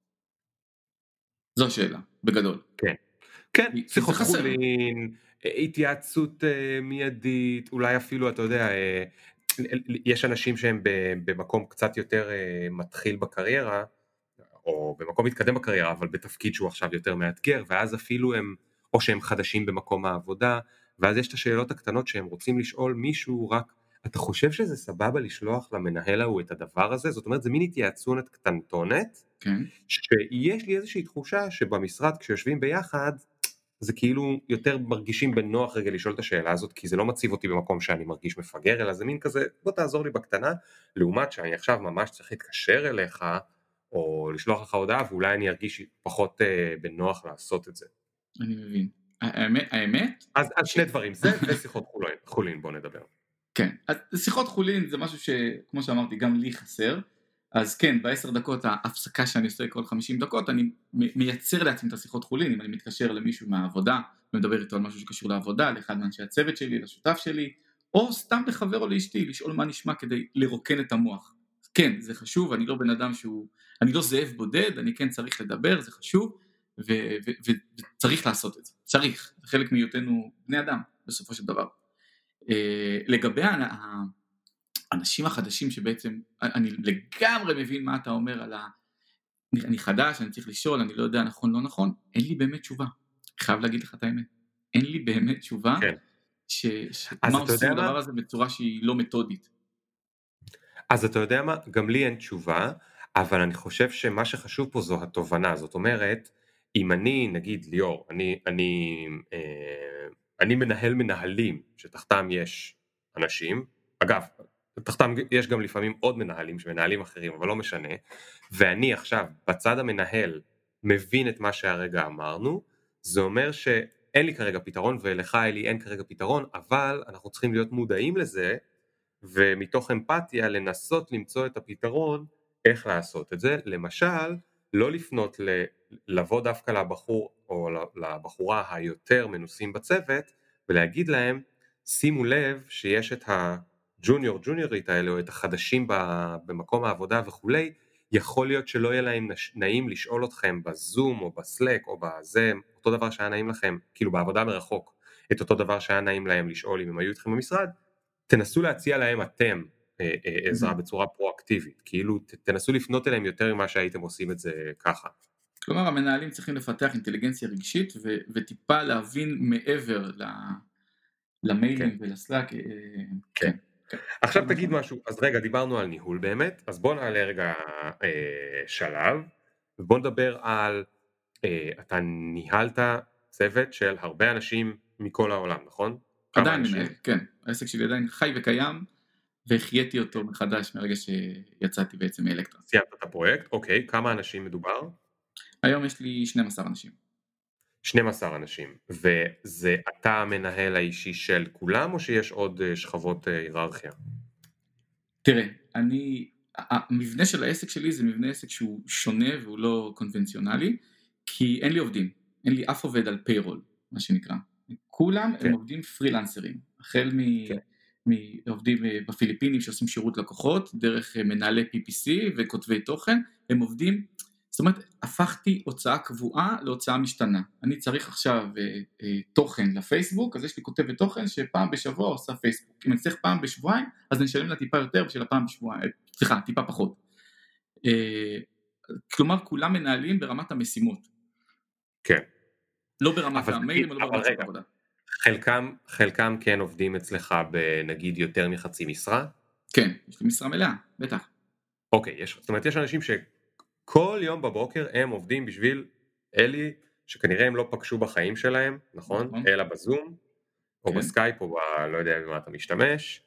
זו השאלה, בגדול. כן, כן, שיחות חולין, התייעצות uh, מיידית, אולי אפילו, אתה יודע, uh, יש אנשים שהם במקום קצת יותר uh, מתחיל בקריירה, או במקום מתקדם בקריירה, אבל בתפקיד שהוא עכשיו יותר מאתגר, ואז אפילו הם, או שהם חדשים במקום העבודה, ואז יש את השאלות הקטנות שהם רוצים לשאול מישהו, רק, אתה חושב שזה סבבה לשלוח למנהל ההוא את הדבר הזה? זאת אומרת, זה מין התייעצונת קטנטונת, כן. שיש לי איזושהי תחושה שבמשרד כשיושבים ביחד, זה כאילו יותר מרגישים בנוח רגע לשאול את השאלה הזאת, כי זה לא מציב אותי במקום שאני מרגיש מפגר, אלא זה מין כזה, בוא תעזור לי בקטנה, לעומת שאני עכשיו ממש צריך להתקשר אליך, או לשלוח לך הודעה, ואולי אני ארגיש פחות uh, בנוח לעשות את זה. אני מבין. האמת, האמת? אז, אז שני דברים, זה ושיחות חולין, חולין, בוא נדבר. כן, אז שיחות חולין זה משהו שכמו שאמרתי, גם לי חסר, אז כן, בעשר דקות ההפסקה שאני עושה כל חמישים דקות, אני מייצר לעצמי את השיחות חולין, אם אני מתקשר למישהו מהעבודה, ומדבר איתו על משהו שקשור לעבודה, לאחד מאנשי הצוות שלי, לשותף שלי, או סתם לחבר או לאשתי, לשאול מה נשמע כדי לרוקן את המוח. כן, זה חשוב, אני לא בן אדם שהוא, אני לא זאב בודד, אני כן צריך לדבר, זה חשוב, וצריך לעשות את זה, צריך, זה חלק מהיותנו בני אדם, בסופו של דבר. לגבי האנשים החדשים שבעצם, אני לגמרי מבין מה אתה אומר על ה... אני חדש, אני צריך לשאול, אני לא יודע נכון, לא נכון, אין לי באמת תשובה, חייב להגיד לך את האמת, אין לי באמת תשובה, כן. ש... מה עושים הדבר הזה בצורה שהיא לא מתודית. אז אתה יודע מה? גם לי אין תשובה, אבל אני חושב שמה שחשוב פה זו התובנה, זאת אומרת, אם אני, נגיד ליאור, אני, אני, אה, אני מנהל מנהלים, שתחתם יש אנשים, אגב, תחתם יש גם לפעמים עוד מנהלים שמנהלים אחרים, אבל לא משנה, ואני עכשיו בצד המנהל מבין את מה שהרגע אמרנו, זה אומר שאין לי כרגע פתרון, ולך אלי אין כרגע פתרון, אבל אנחנו צריכים להיות מודעים לזה, ומתוך אמפתיה לנסות למצוא את הפתרון איך לעשות את זה, למשל לא לפנות ל... לבוא דווקא לבחור או לבחורה היותר מנוסים בצוות ולהגיד להם שימו לב שיש את הג'וניור ג'וניורית האלה או את החדשים במקום העבודה וכולי, יכול להיות שלא יהיה להם נעים לשאול אתכם בזום או בסלק או בזה, אותו דבר שהיה נעים לכם, כאילו בעבודה מרחוק, את אותו דבר שהיה נעים להם לשאול אם הם היו איתכם במשרד, תנסו להציע להם אתם אה, אה, עזרה בצורה פרואקטיבית, כאילו תנסו לפנות אליהם יותר ממה שהייתם עושים את זה ככה. כלומר המנהלים צריכים לפתח אינטליגנציה רגשית ו- וטיפה להבין מעבר ל- למיילים כן. ולסלאק. כן. כן. עכשיו תגיד משהו, אז רגע דיברנו על ניהול באמת, אז בוא נעלה רגע אה, שלב, ובוא נדבר על, אה, אתה ניהלת צוות של הרבה אנשים מכל העולם, נכון? עדיין מנהל, כן, העסק שלי עדיין חי וקיים, והחייתי אותו מחדש מרגע שיצאתי בעצם מאלקטרה. סיימת את הפרויקט, אוקיי, כמה אנשים מדובר? היום יש לי שנים עשר אנשים. שנים עשר אנשים, וזה אתה המנהל האישי של כולם, או שיש עוד שכבות היררכיה? תראה, אני, המבנה של העסק שלי זה מבנה עסק שהוא שונה והוא לא קונבנציונלי, כי אין לי עובדים, אין לי אף עובד על פיירול, מה שנקרא. כולם כן. הם עובדים פרילנסרים, החל מ... כן. מעובדים בפיליפינים שעושים שירות לקוחות, דרך מנהלי פי פי סי וכותבי תוכן, הם עובדים, זאת אומרת, הפכתי הוצאה קבועה להוצאה משתנה. אני צריך עכשיו אה, אה, תוכן לפייסבוק, אז יש לי כותבת תוכן שפעם בשבוע עושה פייסבוק. אם אני צריך פעם בשבועיים, אז אני אשלם לה טיפה יותר בשביל הפעם בשבועיים, סליחה, טיפה פחות. אה, כלומר, כולם מנהלים ברמת המשימות. כן. לא ברמת המיילים או לא ברמת של עבודה. חלקם, חלקם כן עובדים אצלך בנגיד יותר מחצי משרה? כן, יש לי משרה מלאה, בטח. אוקיי, יש, זאת אומרת יש אנשים שכל יום בבוקר הם עובדים בשביל אלי, שכנראה הם לא פגשו בחיים שלהם, נכון? נכון. אלא בזום, או כן. בסקייפ, או ב... לא יודע במה אתה משתמש,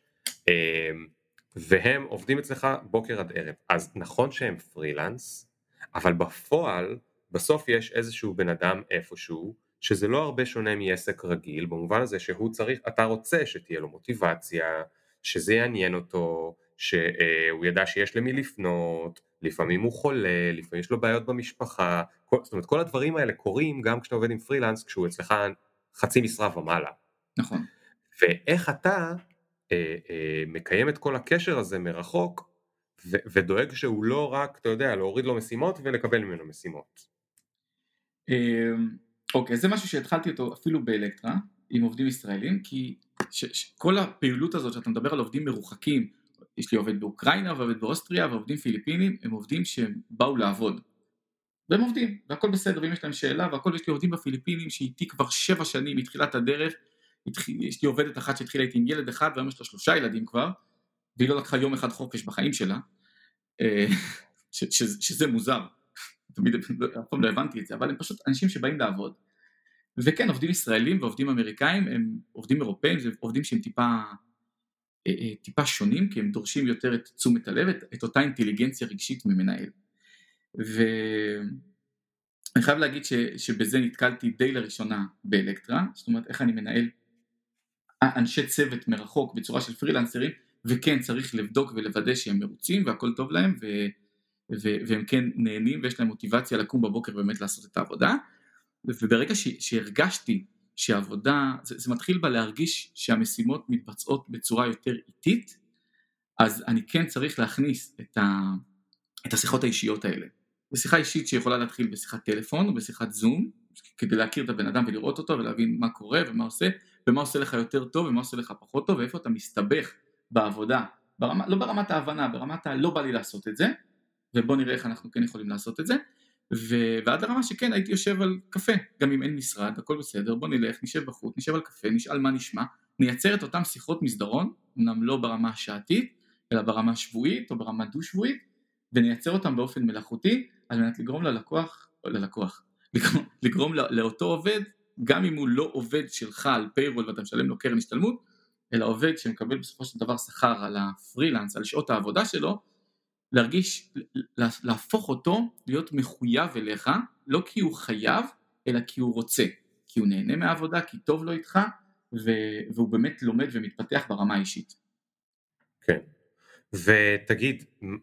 והם עובדים אצלך בוקר עד ערב. אז נכון שהם פרילנס, אבל בפועל, בסוף יש איזשהו בן אדם איפשהו, שזה לא הרבה שונה מעסק רגיל, במובן הזה שהוא צריך, אתה רוצה שתהיה לו מוטיבציה, שזה יעניין אותו, שהוא ידע שיש למי לפנות, לפעמים הוא חולה, לפעמים יש לו בעיות במשפחה, כל, זאת אומרת כל הדברים האלה קורים גם כשאתה עובד עם פרילנס, כשהוא אצלך חצי משרה ומעלה. נכון. ואיך אתה אה, אה, מקיים את כל הקשר הזה מרחוק, ו- ודואג שהוא לא רק, אתה יודע, להוריד לו משימות ולקבל ממנו משימות. אוקיי, זה משהו שהתחלתי אותו אפילו באלקטרה, עם עובדים ישראלים, כי ש- ש- כל הפעילות הזאת שאתה מדבר על עובדים מרוחקים, יש לי עובד באוקראינה ועובד באוסטריה ועובדים פיליפינים, הם עובדים שהם באו לעבוד. והם עובדים, והכל בסדר, ואם יש להם שאלה, והכל, יש לי עובדים בפיליפינים שאיתי כבר שבע שנים מתחילת הדרך, יש לי עובדת אחת שהתחילה איתי עם ילד אחד, והיום יש לה שלושה ילדים כבר, והיא לא לקחה יום אחד חופש בחיים שלה, ש- ש- שזה מוזר, תמיד, אף פעם לא הבנתי את זה, אבל הם פשוט אנשים שבאים לעבוד. וכן, עובדים ישראלים ועובדים אמריקאים, הם עובדים אירופאים, זה עובדים שהם טיפה, טיפה שונים, כי הם דורשים יותר את תשומת הלב, את, את אותה אינטליגנציה רגשית ממנהל. ואני חייב להגיד ש, שבזה נתקלתי די לראשונה באלקטרה, זאת אומרת, איך אני מנהל אנשי צוות מרחוק בצורה של פרילנסרים, וכן צריך לבדוק ולוודא שהם מרוצים והכל טוב להם, ו, ו, והם כן נהנים ויש להם מוטיבציה לקום בבוקר באמת לעשות את העבודה. וברגע ש, שהרגשתי שהעבודה, זה, זה מתחיל בה להרגיש שהמשימות מתבצעות בצורה יותר איטית, אז אני כן צריך להכניס את, ה, את השיחות האישיות האלה. בשיחה אישית שיכולה להתחיל בשיחת טלפון או בשיחת זום, כדי להכיר את הבן אדם ולראות אותו ולהבין מה קורה ומה עושה, ומה עושה לך יותר טוב ומה עושה לך פחות טוב, ואיפה אתה מסתבך בעבודה, ברמה, לא ברמת ההבנה, ברמת הלא בא לי לעשות את זה, ובוא נראה איך אנחנו כן יכולים לעשות את זה, ו... ועד לרמה שכן הייתי יושב על קפה, גם אם אין משרד, הכל בסדר, בוא נלך, נשב בחוץ, נשב על קפה, נשאל מה נשמע, נייצר את אותם שיחות מסדרון, אמנם לא ברמה השעתית, אלא ברמה שבועית או ברמה דו שבועית, ונייצר אותם באופן מלאכותי, על מנת לגרום ללקוח, או ללקוח, לגרום, לגרום לא, לאותו עובד, גם אם הוא לא עובד שלך על פיירול ואתה משלם לו קרן השתלמות, אלא עובד שמקבל בסופו של דבר שכר על הפרילנס, על שעות העבודה שלו, להרגיש, להפוך אותו להיות מחויב אליך, לא כי הוא חייב, אלא כי הוא רוצה, כי הוא נהנה מהעבודה, כי טוב לו איתך, והוא באמת לומד ומתפתח ברמה האישית. כן, ותגיד,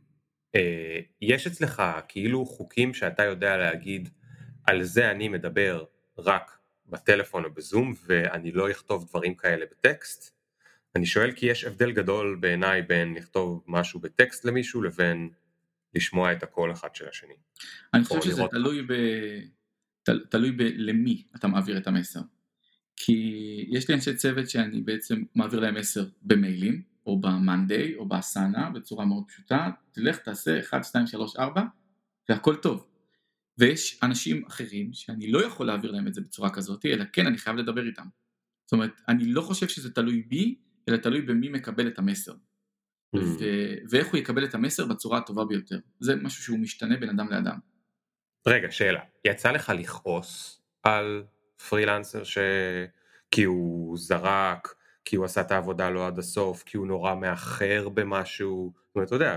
יש אצלך כאילו חוקים שאתה יודע להגיד, על זה אני מדבר רק בטלפון או בזום, ואני לא אכתוב דברים כאלה בטקסט? אני שואל כי יש הבדל גדול בעיניי בין לכתוב משהו בטקסט למישהו, לבין לשמוע את הקול אחד של השני. אני חושב שזה תלוי ב... תלוי ב-למי אתה מעביר את המסר. כי יש לי אנשי צוות שאני בעצם מעביר להם מסר במיילים, או במנדי, או באסנה, בצורה מאוד פשוטה, תלך תעשה אחת, שתיים, שלוש, ארבע, והכל טוב. ויש אנשים אחרים שאני לא יכול להעביר להם את זה בצורה כזאת, אלא כן, אני חייב לדבר איתם. זאת אומרת, אני לא חושב שזה תלוי בי, אלא תלוי במי מקבל את המסר. Mm. ו- ואיך הוא יקבל את המסר בצורה הטובה ביותר. זה משהו שהוא משתנה בין אדם לאדם. רגע, שאלה. יצא לך לכעוס על פרילנסר ש... כי הוא זרק, כי הוא עשה את העבודה לא עד הסוף, כי הוא נורא מאחר במשהו, זאת אומרת, אתה יודע,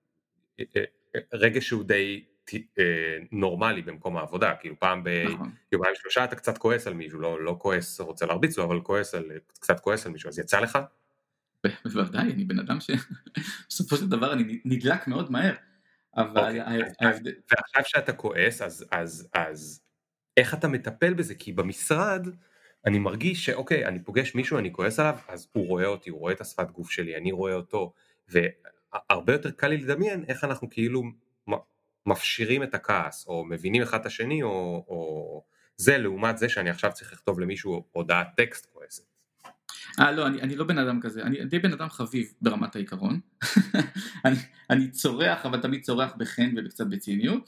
רגע שהוא די נורמלי במקום העבודה, כאילו פעם ביומיים שלושה אתה קצת כועס על מישהו, לא, לא כועס רוצה להרביץ לו, אבל כועס על, קצת כועס על מישהו, אז יצא לך? בוודאי, אני בן אדם שבסופו של דבר אני נדלק מאוד מהר, אבל ועכשיו שאתה כועס, אז, אז, אז איך אתה מטפל בזה? כי במשרד אני מרגיש שאוקיי, אני פוגש מישהו, אני כועס עליו, אז הוא רואה אותי, הוא רואה את השפת גוף שלי, אני רואה אותו, והרבה יותר קל לי לדמיין איך אנחנו כאילו מפשירים את הכעס, או מבינים אחד את השני, או, או זה לעומת זה שאני עכשיו צריך לכתוב למישהו הודעת טקסט כועסת. אה לא, אני, אני לא בן אדם כזה, אני די בן אדם חביב ברמת העיקרון, אני, אני צורח, אבל תמיד צורח בחן ובקצת בציניות,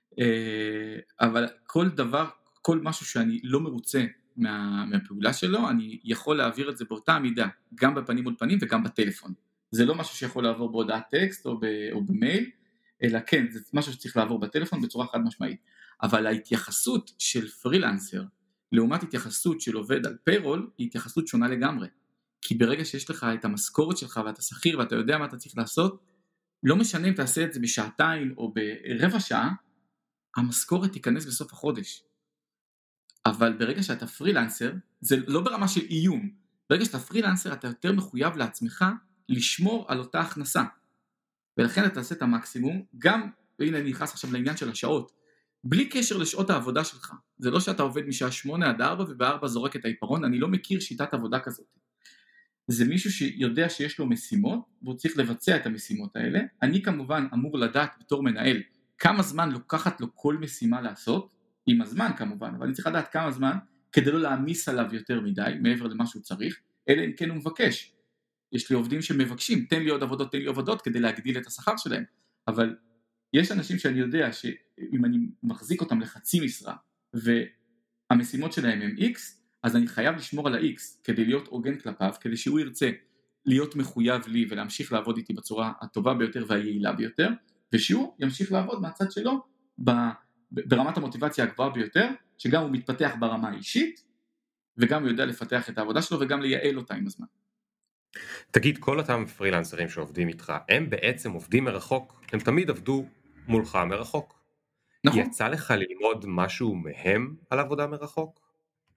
אבל כל דבר, כל משהו שאני לא מרוצה מה, מהפעולה שלו, אני יכול להעביר את זה באותה מידה, גם בפנים מול פנים וגם בטלפון. זה לא משהו שיכול לעבור בהודעת טקסט או, ב, או במייל, אלא כן, זה משהו שצריך לעבור בטלפון בצורה חד משמעית. אבל ההתייחסות של פרילנסר, לעומת התייחסות של עובד על פיירול, היא התייחסות שונה לגמרי. כי ברגע שיש לך את המשכורת שלך ואתה שכיר ואתה יודע מה אתה צריך לעשות, לא משנה אם תעשה את זה בשעתיים או ברבע שעה, המשכורת תיכנס בסוף החודש. אבל ברגע שאתה פרילנסר, זה לא ברמה של איום. ברגע שאתה פרילנסר אתה יותר מחויב לעצמך לשמור על אותה הכנסה. ולכן אתה תעשה את המקסימום, גם, והנה אני נכנס עכשיו לעניין של השעות, בלי קשר לשעות העבודה שלך. זה לא שאתה עובד משעה שמונה עד ארבע ובארבע זורק את העיפרון, אני לא מכיר שיטת עבודה כזאת. זה מישהו שיודע שיש לו משימות, והוא צריך לבצע את המשימות האלה. אני כמובן אמור לדעת בתור מנהל, כמה זמן לוקחת לו כל משימה לעשות, עם הזמן כמובן, אבל אני צריך לדעת כמה זמן, כדי לא להעמיס עליו יותר מדי, מעבר למה שהוא צריך, אלא אם כן הוא מבקש. יש לי עובדים שמבקשים, תן לי עוד עבודות, תן לי עבודות, כדי להגדיל את השכר שלהם. אבל יש אנשים שאני יודע שאם אני מחזיק אותם לחצי משרה, והמשימות שלהם הם X, אז אני חייב לשמור על ה-X, כדי להיות עוגן כלפיו, כדי שהוא ירצה להיות מחויב לי, ולהמשיך לעבוד איתי בצורה הטובה ביותר והיעילה ביותר, ושהוא ימשיך לעבוד מהצד שלו, ברמת המוטיבציה הגבוהה ביותר, שגם הוא מתפתח ברמה האישית, וגם הוא יודע לפתח את העבודה שלו, וגם לייעל אותה עם הזמן. תגיד, כל אותם פרילנסרים שעובדים איתך, הם בעצם עובדים מרחוק, הם תמיד עבדו מולך מרחוק. נכון. יצא לך ללמוד משהו מהם על עבודה מרחוק?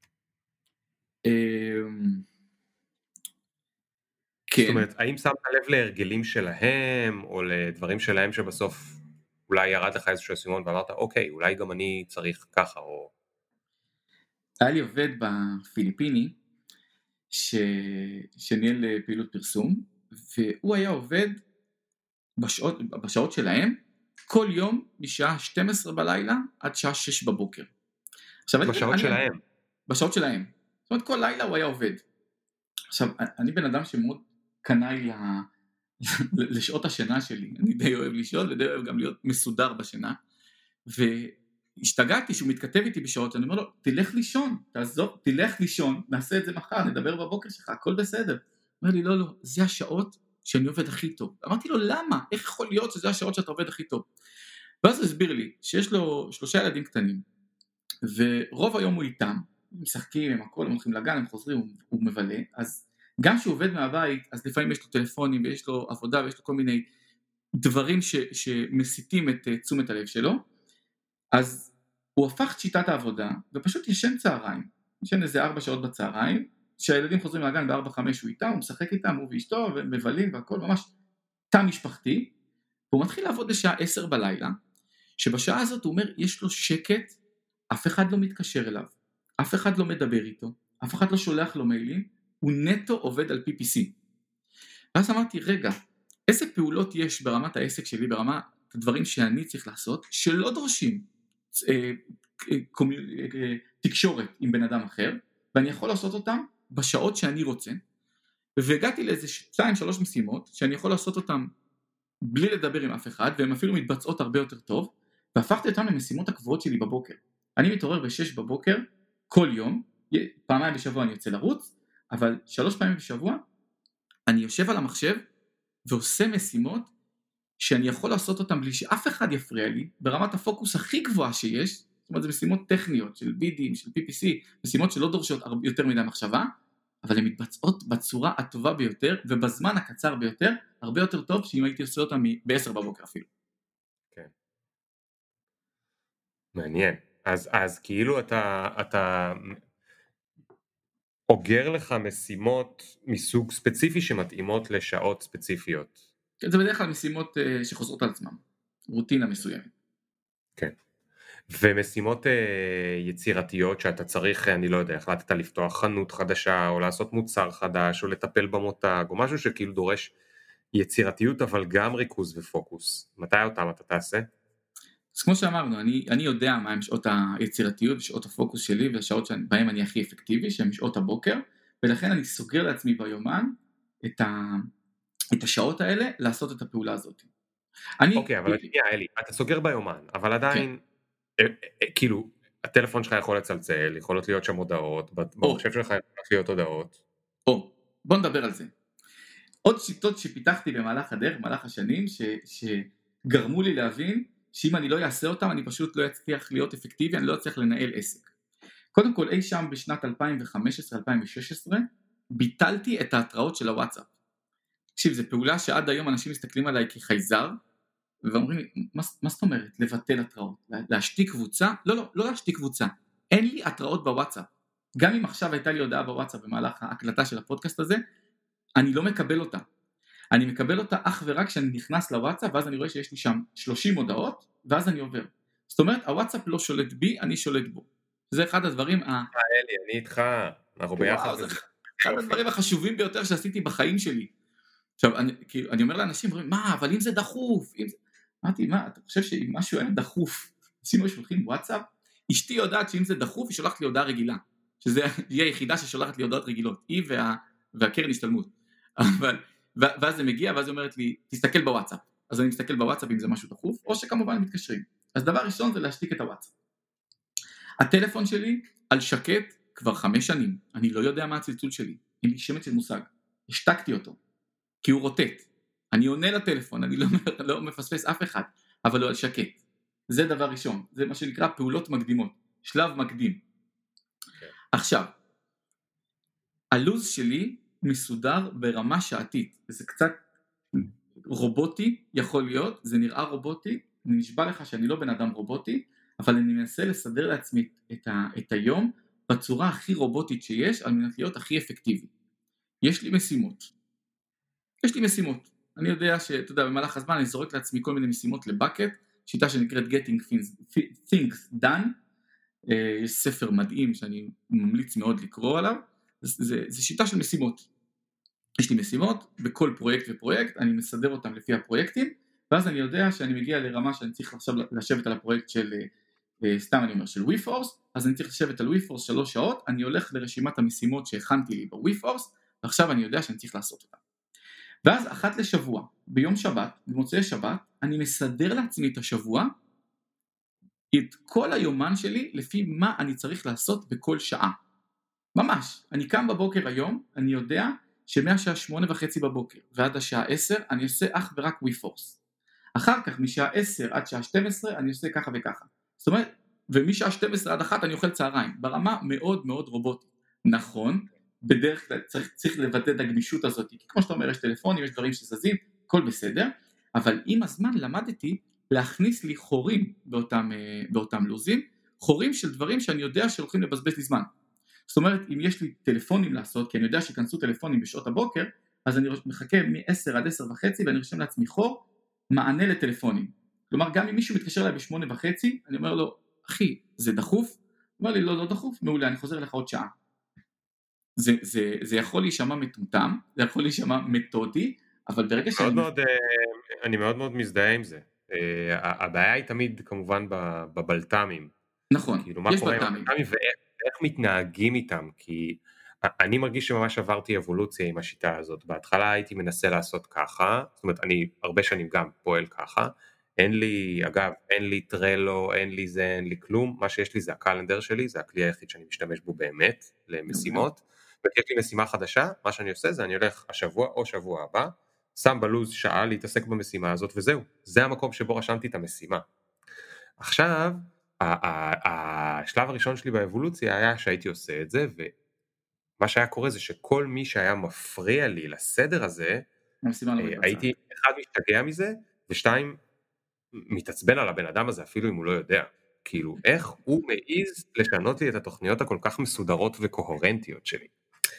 כן. זאת אומרת, האם שמת לב להרגלים שלהם, או לדברים שלהם שבסוף אולי ירד לך איזשהו סימון ואמרת, אוקיי, אולי גם אני צריך ככה, או... היה לי עובד בפיליפיני, ש... שניהל פעילות פרסום, והוא היה עובד בשעות, בשעות שלהם, כל יום משעה שתים עשרה בלילה עד שעה שש בבוקר. עכשיו, בשעות אני... שלהם? בשעות שלהם. זאת אומרת, כל לילה הוא היה עובד. עכשיו, אני בן אדם שמאוד קנאי ל... לשעות השינה שלי. אני די אוהב לישון ודי אוהב גם להיות מסודר בשינה. והשתגעתי שהוא מתכתב איתי בשעות, אני אומר לו, תלך לישון, תעזוב, תלך לישון, נעשה את זה מחר, נדבר בבוקר שלך, הכל בסדר. הוא אומר לי, לא, לא, זה השעות שאני עובד הכי טוב. אמרתי לו, למה? איך יכול להיות שזה השעות שאתה עובד הכי טוב? ואז הוא הסביר לי שיש לו שלושה ילדים קטנים, ורוב היום הוא איתם, הם משחקים, הם הכל, הם הולכים לגן, הם חוזרים, הוא, הוא מבלה, אז גם שהוא עובד מהבית, אז לפעמים יש לו טלפונים, ויש לו עבודה, ויש לו כל מיני דברים ש, שמסיתים את uh, תשומת הלב שלו, אז הוא הפך את שיטת העבודה, ופשוט ישן צהריים, ישן איזה ארבע שעות בצהריים, שהילדים חוזרים מהגן בארבע חמש הוא איתם, הוא משחק איתם, הוא ואשתו, ומבלים והכל ממש תא משפחתי, והוא מתחיל לעבוד בשעה עשר בלילה, שבשעה הזאת הוא אומר, יש לו שקט, אף אחד לא מתקשר אליו, אף אחד לא מדבר איתו, אף אחד לא שולח לו מיילים, הוא נטו עובד על פי פי סי. ואז אמרתי, רגע, איזה פעולות יש ברמת העסק שלי, ברמת הדברים שאני צריך לעשות, שלא דורשים אה, אה, אה, תקשורת עם בן אדם אחר, ואני יכול לעשות אותם בשעות שאני רוצה, והגעתי לאיזה שתיים שלוש משימות, שאני יכול לעשות אותם בלי לדבר עם אף אחד, והן אפילו מתבצעות הרבה יותר טוב, והפכתי אותם למשימות הקבועות שלי בבוקר. אני מתעורר בשש בבוקר, כל יום, פעמיים בשבוע אני יוצא לרוץ, אבל שלוש פעמים בשבוע, אני יושב על המחשב, ועושה משימות, שאני יכול לעשות אותם בלי שאף אחד יפריע לי, ברמת הפוקוס הכי גבוהה שיש, זאת אומרת, זה משימות טכניות, של בידים, של פי פי סי, משימות שלא דורשות יותר מדי מחשבה, אבל הן מתבצעות בצורה הטובה ביותר, ובזמן הקצר ביותר, הרבה יותר טוב, שאם הייתי עושה אותם ב-עשר בבוקר אפילו. כן. מעניין. אז, אז כאילו אתה, אתה אוגר לך משימות מסוג ספציפי שמתאימות לשעות ספציפיות. כן, זה בדרך כלל משימות uh, שחוזרות על עצמם, רוטינה מסוימת. כן. ומשימות uh, יצירתיות שאתה צריך, אני לא יודע, החלטת לפתוח חנות חדשה, או לעשות מוצר חדש, או לטפל במותג, או משהו שכאילו דורש יצירתיות, אבל גם ריכוז ופוקוס. מתי אותם אתה תעשה? אז כמו שאמרנו, אני, אני יודע מהם שעות היצירתיות ושעות הפוקוס שלי, והשעות בהם אני הכי אפקטיבי, שהן שעות הבוקר, ולכן אני סוגר לעצמי ביומן את, ה, את השעות האלה לעשות את הפעולה הזאת. אני, אוקיי, אבל שנייה, אלי, אתה סוגר ביומן, אבל עדיין, כן. כאילו, הטלפון שלך יכול לצלצל, יכולות להיות שם הודעות, במחשב שלך יכולות להיות הודעות. או, בוא נדבר על זה. עוד שיטות שפיתחתי במהלך הדרך, במהלך השנים, ש, שגרמו לי להבין, שאם אני לא אעשה אותם, אני פשוט לא אצליח להיות אפקטיבי, אני לא אצליח לנהל עסק. קודם כל, אי שם בשנת אלפיים וחמש עשרה אלפיים ושש עשרה, ביטלתי את ההתראות של הוואטסאפ. תקשיב, זו פעולה שעד היום אנשים מסתכלים עליי כחייזר, ואומרים לי, מה, מה זאת אומרת? לבטל התראות, להשתיק קבוצה? לא, לא, לא להשתיק קבוצה. אין לי התראות בוואטסאפ. גם אם עכשיו הייתה לי הודעה בוואטסאפ במהלך ההקלטה של הפודקאסט הזה, אני לא מקבל אותה. אני מקבל אותה אך ורק כשאני נכנס לוואטסאפ, ואז אני רואה שיש לי שם שלושים הודעות, ואז אני עובר. זאת אומרת, הוואטסאפ לא שולט בי, אני שולט בו. זה אחד הדברים... אלי, אני איתך, אנחנו ביחד. זה אחד הדברים החשובים ביותר שעשיתי בחיים שלי. עכשיו, אני, כאילו, אני אומר לאנשים, מה, אבל אם זה דחוף, אם זה... אמרתי, מה, אתה חושב שאם משהו היה דחוף, אנשים לא שולחים וואטסאפ? אשתי יודעת שאם זה דחוף, היא שולחת לי הודעה רגילה. שזה יהיה היחידה ששולחת לי הודעות רגילות, היא וה, והקרן השתלמות. אבל... ואז זה מגיע, ואז היא אומרת לי, תסתכל בוואטסאפ. אז אני מסתכל בוואטסאפ אם זה משהו דחוף, או שכמובן מתקשרים. אז דבר ראשון זה להשתיק את הוואטסאפ. הטלפון שלי על שקט כבר חמש שנים. אני לא יודע מה הצלצול שלי. אין לי שמץ של מושג. השתקתי אותו. כי הוא רוטט. אני עונה לטלפון, אני לא, לא מפספס אף אחד, אבל הוא על שקט. זה דבר ראשון. זה מה שנקרא פעולות מקדימות. שלב מקדים. Okay. עכשיו, הלוז שלי מסודר ברמה שעתית, זה קצת רובוטי יכול להיות, זה נראה רובוטי, אני נשבע לך שאני לא בן אדם רובוטי, אבל אני מנסה לסדר לעצמי את, ה, את היום בצורה הכי רובוטית שיש, על מנת להיות הכי אפקטיבי. יש לי משימות, יש לי משימות, אני יודע שאתה יודע, במהלך הזמן אני זורק לעצמי כל מיני משימות לבקט, שיטה שנקראת Getting Things, things Done, יש ספר מדהים שאני ממליץ מאוד לקרוא עליו, זה, זה, זה שיטה של משימות. יש לי משימות, בכל פרויקט ופרויקט, אני מסדר אותם לפי הפרויקטים, ואז אני יודע שאני מגיע לרמה שאני צריך עכשיו לשבת על הפרויקט של, סתם אני אומר, של WeForce, אז אני צריך לשבת על WeForce שלוש שעות, אני הולך לרשימת המשימות שהכנתי לי ב-WeForce, ועכשיו אני יודע שאני צריך לעשות אותם. ואז אחת לשבוע, ביום שבת, במוצאי שבת, אני מסדר לעצמי את השבוע, את כל היומן שלי, לפי מה אני צריך לעשות בכל שעה. ממש, אני קם בבוקר היום, אני יודע שמהשעה שמונה וחצי בבוקר ועד השעה עשר אני עושה אך ורק WeForce. אחר כך משעה עשר עד שעה שתים עשרה אני עושה ככה וככה. זאת אומרת, ומשעה שתים עשרה עד אחת אני אוכל צהריים, ברמה מאוד מאוד רובוטית. נכון, בדרך כלל צריך, צריך לבטא את הגמישות הזאת, כי כמו שאתה אומר, יש טלפונים, יש דברים שזזים, הכל בסדר, אבל עם הזמן למדתי להכניס לי חורים באותם, באותם לוזים, חורים של דברים שאני יודע שהולכים לבזבז לי זמן. זאת אומרת, אם יש לי טלפונים לעשות, כי אני יודע שיכנסו טלפונים בשעות הבוקר, אז אני מחכה מ-עשר עד עשר וחצי, ואני רושם לעצמי חור, מענה לטלפונים. כלומר, גם אם מישהו מתקשר אליי בשמונה וחצי, אני אומר לו, אחי, זה דחוף? הוא אומר לי, לא, לא דחוף, מעולה, אני חוזר אליך עוד שעה. זה, זה, זה יכול להישמע מטומטם, זה יכול להישמע מתודי, אבל ברגע שאני... מאוד מאוד, אני מאוד מאוד מזדהה עם זה. הבעיה היא תמיד כמובן בבלת"מים. נכון, כאילו מה יש קורה עם בלת"מים. הבלת"מים ואיך מתנהגים איתם, כי אני מרגיש שממש עברתי אבולוציה עם השיטה הזאת. בהתחלה הייתי מנסה לעשות ככה, זאת אומרת אני הרבה שנים גם פועל ככה, אין לי, אגב, אין לי טרלו, אין לי זה, אין לי כלום, מה שיש לי זה הקלנדר שלי, זה הכלי היחיד שאני משתמש בו באמת למשימות, ויש לי משימה חדשה, מה שאני עושה זה אני הולך השבוע או שבוע הבא, שם בלוז שעה להתעסק במשימה הזאת וזהו, זה המקום שבו רשמתי את המשימה. עכשיו, השלב הראשון שלי באבולוציה היה שהייתי עושה את זה, ומה שהיה קורה זה שכל מי שהיה מפריע לי לסדר הזה, הייתי אחד משתגע מזה, ושתיים מתעצבן על הבן אדם הזה אפילו אם הוא לא יודע, כאילו איך הוא מעיז לשנות לי את התוכניות הכל כך מסודרות וקוהרנטיות שלי.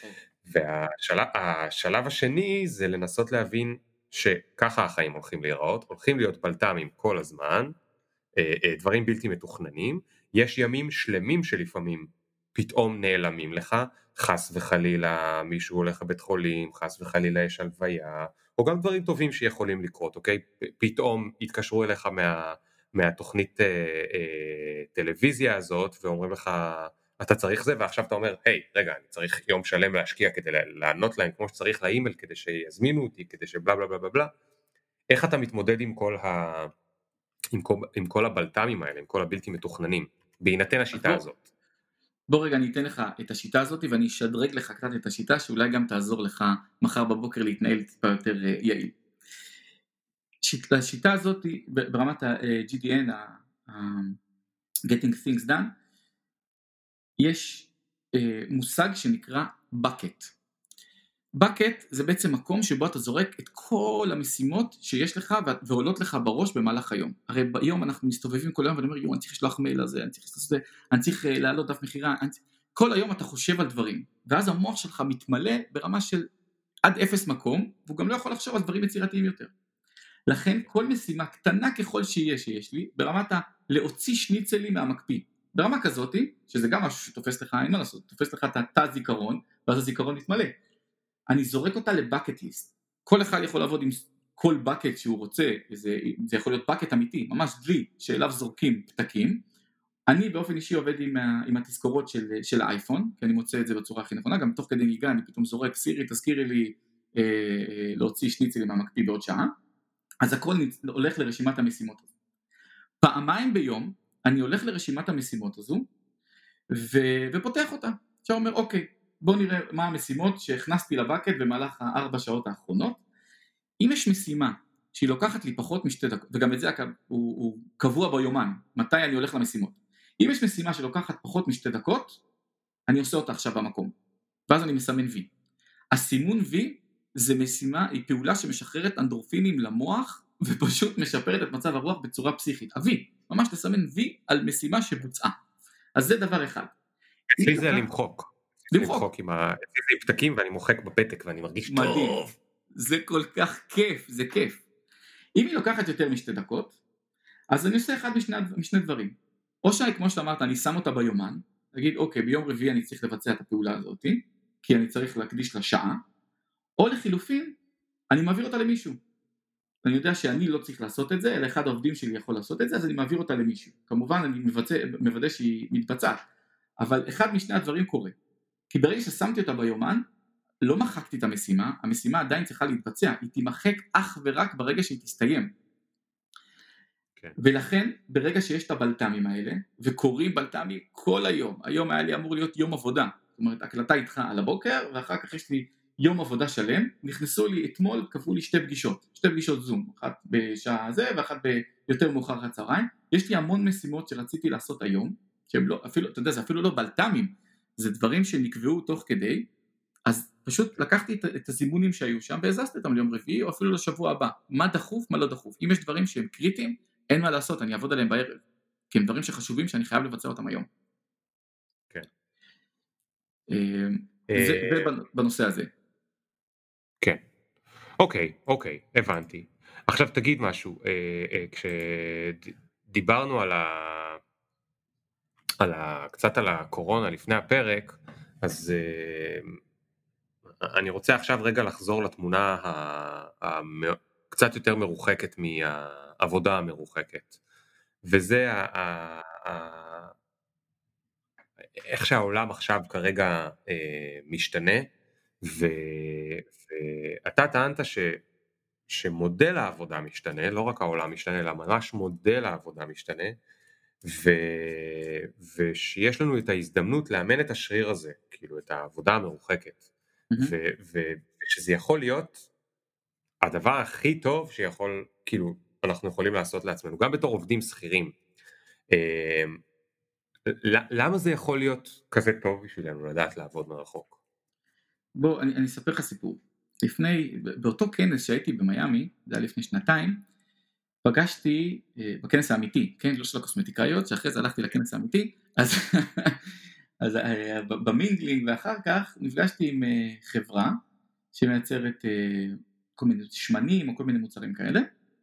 והשלב השני זה לנסות להבין שככה החיים הולכים להיראות, הולכים להיות בלת"מים כל הזמן, דברים בלתי מתוכננים, יש ימים שלמים שלפעמים פתאום נעלמים לך, חס וחלילה מישהו הולך לבית חולים, חס וחלילה יש הלוויה, או גם דברים טובים שיכולים לקרות, אוקיי? פתאום יתקשרו אליך מה, מהתוכנית אה, אה, טלוויזיה הזאת, ואומרים לך, אתה צריך זה, ועכשיו אתה אומר, היי, רגע, אני צריך יום שלם להשקיע כדי לענות להם כמו שצריך לאימייל, כדי שיזמינו אותי, כדי שבלה בלה בלה בלה. איך אתה מתמודד עם כל ה... עם כל, עם כל הבלת"מים האלה, עם כל הבלתי מתוכננים, בהינתן השיטה בוא, הזאת? בוא רגע, אני אתן לך את השיטה הזאת, ואני אשדרג לך קצת את השיטה, שאולי גם תעזור לך מחר בבוקר להתנהל טיפה יותר יעיל. השיטה הזאת, ברמת ה-ג'י די אן, Getting Things Done, יש מושג שנקרא bucket. bucket זה בעצם מקום שבו אתה זורק את כל המשימות שיש לך ועולות לך בראש במהלך היום. הרי ביום אנחנו מסתובבים כל היום ואני אומר, יו, אני צריך לשלוח מייל לזה, אני צריך לעשות זה, אני צריך לעלות דף מחירה, צריך... כל היום אתה חושב על דברים, ואז המוח שלך מתמלא ברמה של עד אפס מקום, והוא גם לא יכול לחשוב על דברים יצירתיים יותר. לכן כל משימה קטנה ככל שיהיה שיש לי, ברמת ה... להוציא שניצלים מהמקפיא, ברמה כזאת, שזה גם משהו שתופס לך, אין מה לעשות, תופס לך את התא זיכרון, ואז הזיכרון מתמלא. אני זורק אותה לבקט ליסט. כל אחד יכול לעבוד עם כל בקט שהוא רוצה, זה, זה יכול להיות בקט אמיתי, ממש דלי, שאליו זורקים פתקים. אני באופן אישי עובד עם, עם התזכורות של, של האייפון, כי אני מוצא את זה בצורה הכי נכונה, גם תוך כדי ניגה אני פתאום זורק, סירי, תזכירי לי אה, אה, להוציא שניצלים מהמקפיא בעוד שעה, אז הכל הולך לרשימת המשימות הזו. פעמיים ביום אני הולך לרשימת המשימות הזו, ו, ופותח אותה. עכשיו אומר, אוקיי, בואו נראה מה המשימות שהכנסתי לבקט במהלך הארבע שעות האחרונות. אם יש משימה שהיא לוקחת לי פחות משתי דקות, וגם את זה הוא, הוא קבוע ביומן, מתי אני הולך למשימות. אם יש משימה שלוקחת פחות משתי דקות, אני עושה אותה עכשיו במקום, ואז אני מסמן וי. הסימון וי זה משימה, היא פעולה שמשחררת אנדורפינים למוח, ופשוט משפרת את מצב הרוח בצורה פסיכית. הוי, ממש לסמן וי על משימה שבוצעה. אז זה דבר אחד. אצלי זה למחוק. למחוק. למחוק עם הפתקים ואני מוחק בפתק ואני מרגיש מדהים. טוב. זה כל כך כיף, זה כיף. אם היא לוקחת יותר משתי דקות, אז אני עושה אחד משני, משני דברים. או שאני, כמו שאמרת, אני שם אותה ביומן, אגיד, אוקיי, ביום רביעי אני צריך לבצע את הפעולה הזאת, כי אני צריך להקדיש לה שעה, או לחילופין, אני מעביר אותה למישהו. אני יודע שאני לא צריך לעשות את זה, אלא אחד העובדים שלי יכול לעשות את זה, אז אני מעביר אותה למישהו. כמובן, אני מבצע, מוודא שהיא מתבצעת, אבל אחד משני הדברים קורה. כי ברגע ששמתי אותה ביומן, לא מחקתי את המשימה, המשימה עדיין צריכה להתבצע, היא תימחק אך ורק ברגע שהיא תסתיים. Okay. ולכן, ברגע שיש את הבלת"מים האלה, וקוראים בלת"מים כל היום, היום היה לי אמור להיות יום עבודה, זאת אומרת, הקלטה איתך על הבוקר, ואחר כך יש לי יום עבודה שלם, נכנסו לי אתמול, קבעו לי שתי פגישות, שתי פגישות זום, אחת בשעה זה ואחת ביותר מאוחר הצהריים. יש לי המון משימות שרציתי לעשות היום, שהם לא, אפילו, אתה יודע, זה אפילו לא בלת"מים, זה דברים שנקבעו תוך כדי, אז פשוט לקחתי את, את הזימונים שהיו שם, והזזתי אותם ליום רביעי, או אפילו לשבוע הבא, מה דחוף, מה לא דחוף. אם יש דברים שהם קריטיים, אין מה לעשות, אני אעבוד עליהם בערב, כי הם דברים שחשובים שאני חייב לבצע אותם היום. כן. זה, זה בנושא הזה. כן. אוקיי, אוקיי, הבנתי. עכשיו תגיד משהו, כשדיברנו על ה... על ה... קצת על הקורונה לפני הפרק, אז אני רוצה עכשיו רגע לחזור לתמונה הקצת יותר מרוחקת מהעבודה המרוחקת, וזה ה... ה... איך שהעולם עכשיו כרגע משתנה, ואתה טענת ש... שמודל העבודה משתנה, לא רק העולם משתנה, אלא ממש מודל העבודה משתנה, ו... ושיש לנו את ההזדמנות לאמן את השריר הזה, כאילו את העבודה המרוחקת, mm-hmm. ו... ושזה יכול להיות הדבר הכי טוב שיכול, כאילו, אנחנו יכולים לעשות לעצמנו, גם בתור עובדים שכירים. למה זה יכול להיות כזה טוב בשבילנו לדעת לעבוד מרחוק? בוא, אני, אני אספר לך סיפור. לפני, באותו כנס שהייתי במיימי, זה היה לפני שנתיים, פגשתי, בכנס האמיתי, כן, לא של הקוסמטיקאיות, שאחרי זה הלכתי לכנס האמיתי, אז, אז במינגלינג ואחר כך נפגשתי עם חברה שמייצרת כל מיני שמנים או כל מיני מוצרים כאלה,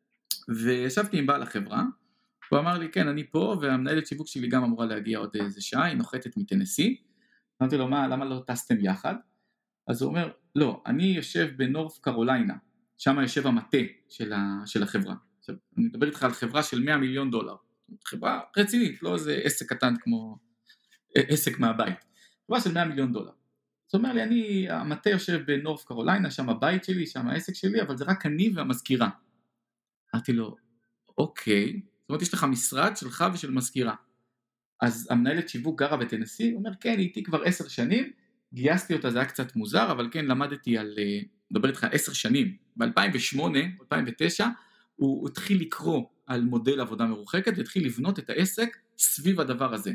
וישבתי עם בעל החברה, הוא אמר לי, כן, אני פה, והמנהלת שיווק שלי גם אמורה להגיע עוד איזה שעה, היא נוחתת מטנסי, אמרתי לו, מה, למה לא טסתם יחד? אז הוא אומר, לא, אני יושב בנורף קרוליינה, שם יושב המטה של, ה, של החברה. עכשיו, אני מדבר איתך על חברה של מאה מיליון דולר, חברה רצינית, לא איזה עסק קטן כמו עסק מהבית, חברה של מאה מיליון דולר. זאת אומרת לי, אני, המטה יושב בנורף קרוליינה, שם הבית שלי, שם העסק שלי, אבל זה רק אני והמזכירה. אמרתי לו, אוקיי, זאת אומרת, יש לך משרד שלך ושל מזכירה. אז המנהלת שיווק גרה בטנסי, הוא אומר, כן, היא איתי כבר עשר שנים, גייסתי אותה, זה היה קצת מוזר, אבל כן, למדתי על, מדבר איתך עשר שנים, ב-אלפיים ושמונה, אלפיים ותשע, הוא, הוא התחיל לקרוא על מודל עבודה מרוחקת, והתחיל לבנות את העסק סביב הדבר הזה.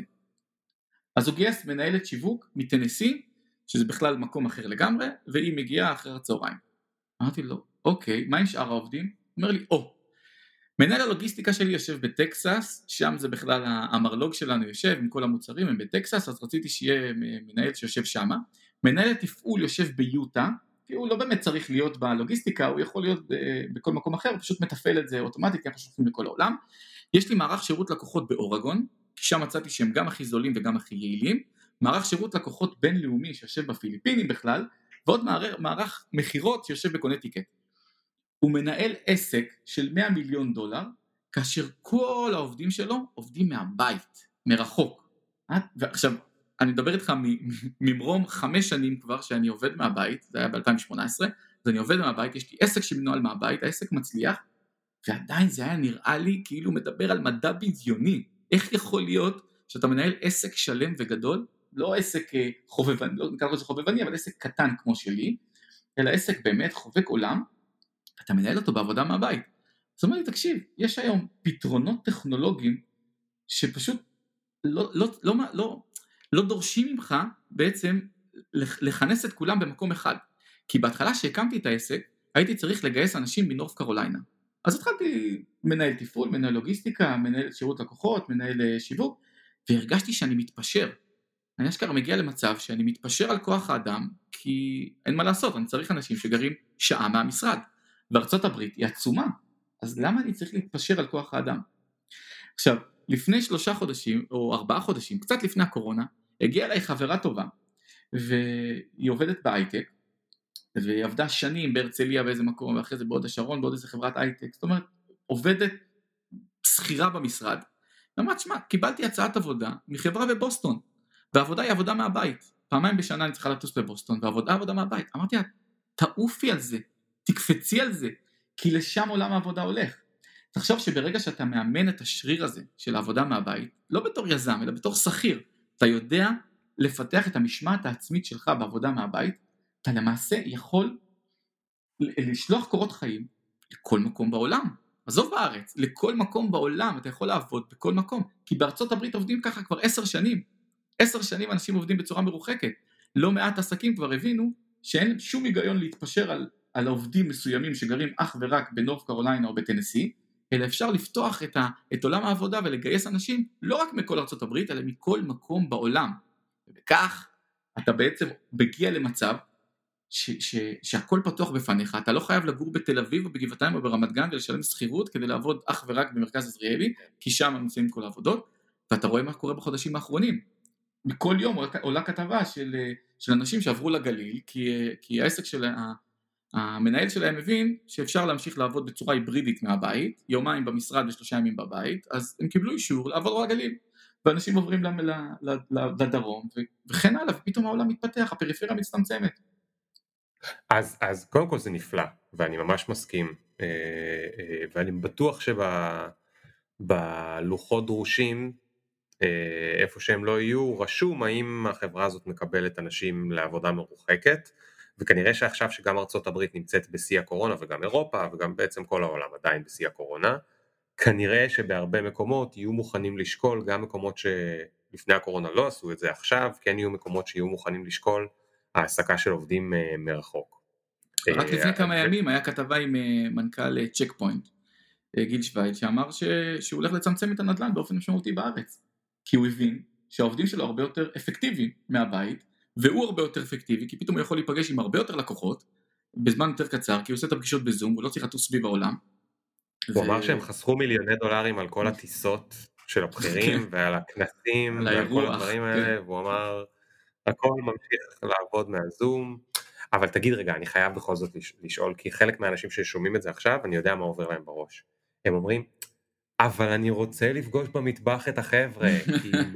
אז הוא גייס מנהלת שיווק מטנסי, שזה בכלל מקום אחר לגמרי, והיא מגיעה אחרי הצהריים. אמרתי לו, אוקיי, מה עם שאר העובדים? הוא אומר לי, או, מנהל הלוגיסטיקה שלי יושב בטקסס, שם זה בכלל המרלוג שלנו יושב, עם כל המוצרים הם בטקסס, אז רציתי שיהיה מנהל שיושב שם. מנהל התפעול יושב ביוטה, כי הוא לא באמת צריך להיות בלוגיסטיקה, הוא יכול להיות בכל מקום אחר, הוא פשוט מתפעל את זה אוטומטית, כי אנחנו שולחים לכל העולם. יש לי מערך שירות לקוחות באורגון, כי שם מצאתי שהם גם הכי זולים וגם הכי יעילים, מערך שירות לקוחות בינלאומי שיושב בפיליפינים בכלל, ועוד מערך, מערך מחירות שיושב בקונטיקט. הוא מנהל עסק של מאה מיליון דולר, כאשר כל העובדים שלו עובדים מהבית, מרחוק. ועכשיו, אני מדבר איתך ממרום חמש שנים כבר שאני עובד מהבית, זה היה ב-אלפיים שמונה עשרה, אז אני עובד מהבית, יש לי עסק שמנוהל מהבית, העסק מצליח, ועדיין זה היה נראה לי כאילו מדבר על מדע בדיוני. איך יכול להיות שאתה מנהל עסק שלם וגדול, לא עסק חובבני, לא נקרא לזה חובבני, אבל עסק קטן כמו שלי, אלא עסק באמת חובק עולם, אתה מנהל אותו בעבודה מהבית. זאת אומרת, תקשיב, יש היום פתרונות טכנולוגיים שפשוט לא, לא, לא, לא, לא דורשים ממך בעצם לכנס את כולם במקום אחד. כי בהתחלה שהקמתי את העסק, הייתי צריך לגייס אנשים מנורף קרוליינה. אז התחלתי מנהל תפעול, מנהל לוגיסטיקה, מנהל שירות לקוחות, מנהל שיווק, והרגשתי שאני מתפשר. אני אשכרה מגיע למצב שאני מתפשר על כוח האדם, כי אין מה לעשות, אני צריך אנשים שגרים שעה מהמשרד. בארצות הברית היא עצומה, אז למה אני צריך להתפשר על כוח האדם? עכשיו, לפני שלושה חודשים, או ארבעה חודשים, קצת לפני הקורונה, הגיעה אליי חברה טובה, והיא עובדת בהייטק, והיא עבדה שנים בהרצליה באיזה מקום, ואחרי זה בעוד השרון, בעוד איזה חברת הייטק, זאת אומרת, עובדת שכירה במשרד, ואמרת, שמה, קיבלתי הצעת עבודה מחברה בבוסטון, והעבודה היא עבודה מהבית, פעמיים בשנה אני צריכה לטוס בבוסטון, והעבודה עבודה מהבית, אמרתי, תעופי על זה, תקפצי על זה, כי לשם עולם העבודה הולך. תחשוב שברגע שאתה מאמן את השריר הזה של העבודה מהבית, לא בתור יזם, אלא בתור שכיר, אתה יודע לפתח את המשמעת העצמית שלך בעבודה מהבית, אתה למעשה יכול לשלוח קורות חיים לכל מקום בעולם, עזוב בארץ, לכל מקום בעולם אתה יכול לעבוד בכל מקום, כי בארצות הברית עובדים ככה כבר עשר שנים, עשר שנים אנשים עובדים בצורה מרוחקת, לא מעט עסקים כבר הבינו שאין שום היגיון להתפשר על, על עובדים מסוימים שגרים אך ורק בנורף קרוליינה או בטנסי, אלא אפשר לפתוח את, ה, את עולם העבודה ולגייס אנשים לא רק מכל ארצות הברית, אלא מכל מקום בעולם, ובכך אתה בעצם מגיע למצב ש, ש, שהכל פתוח בפניך, אתה לא חייב לגור בתל אביב או בגבעתיים או ברמת גן ולשלם שכירות כדי לעבוד אך ורק במרכז עזריאלי, כי שם נמצאים כל העבודות, ואתה רואה מה קורה בחודשים האחרונים. בכל יום עולה כתבה של, של אנשים שעברו לגליל, כי, כי העסק של המנהל שלהם מבין שאפשר להמשיך לעבוד בצורה היברידית מהבית, יומיים במשרד ושלושה ימים בבית, אז הם קיבלו אישור לעבוד לגליל, ואנשים עוברים לדרום וכן הלאה, ופתאום העולם מתפתח, הפריפריה מצטמצמת. אז, אז קודם כל זה נפלא, ואני ממש מסכים, ואני בטוח שבלוחות דרושים, איפה שהם לא יהיו, רשום האם החברה הזאת מקבלת אנשים לעבודה מרוחקת, וכנראה שעכשיו שגם ארצות הברית נמצאת בשיא הקורונה, וגם אירופה, וגם בעצם כל העולם עדיין בשיא הקורונה, כנראה שבהרבה מקומות יהיו מוכנים לשקול, גם מקומות שלפני הקורונה לא עשו את זה עכשיו, כן יהיו מקומות שיהיו מוכנים לשקול, העסקה של עובדים מרחוק. רק לפני כמה ימים היה כתבה עם מנכ"ל צ'ק פוינט, גיל שווייץ, שאמר שהוא הולך לצמצם את הנדל"ן באופן משמעותי בארץ, כי הוא הבין שהעובדים שלו הרבה יותר אפקטיביים מהבית, והוא הרבה יותר אפקטיבי, כי פתאום הוא יכול להיפגש עם הרבה יותר לקוחות, בזמן יותר קצר, כי הוא עושה את הפגישות בזום, הוא לא צריך לטוס סביב העולם. הוא אמר שהם חסכו מיליוני דולרים על כל הטיסות של הבכירים, ועל הכנסים, ועל כל הדברים האלה, והוא אמר, הכל ממשיך לעבוד מהזום, אבל תגיד רגע, אני חייב בכל זאת לשאול, כי חלק מהאנשים ששומעים את זה עכשיו, אני יודע מה עובר להם בראש. הם אומרים, אבל אני רוצה לפגוש במטבח את החבר'ה, כאילו,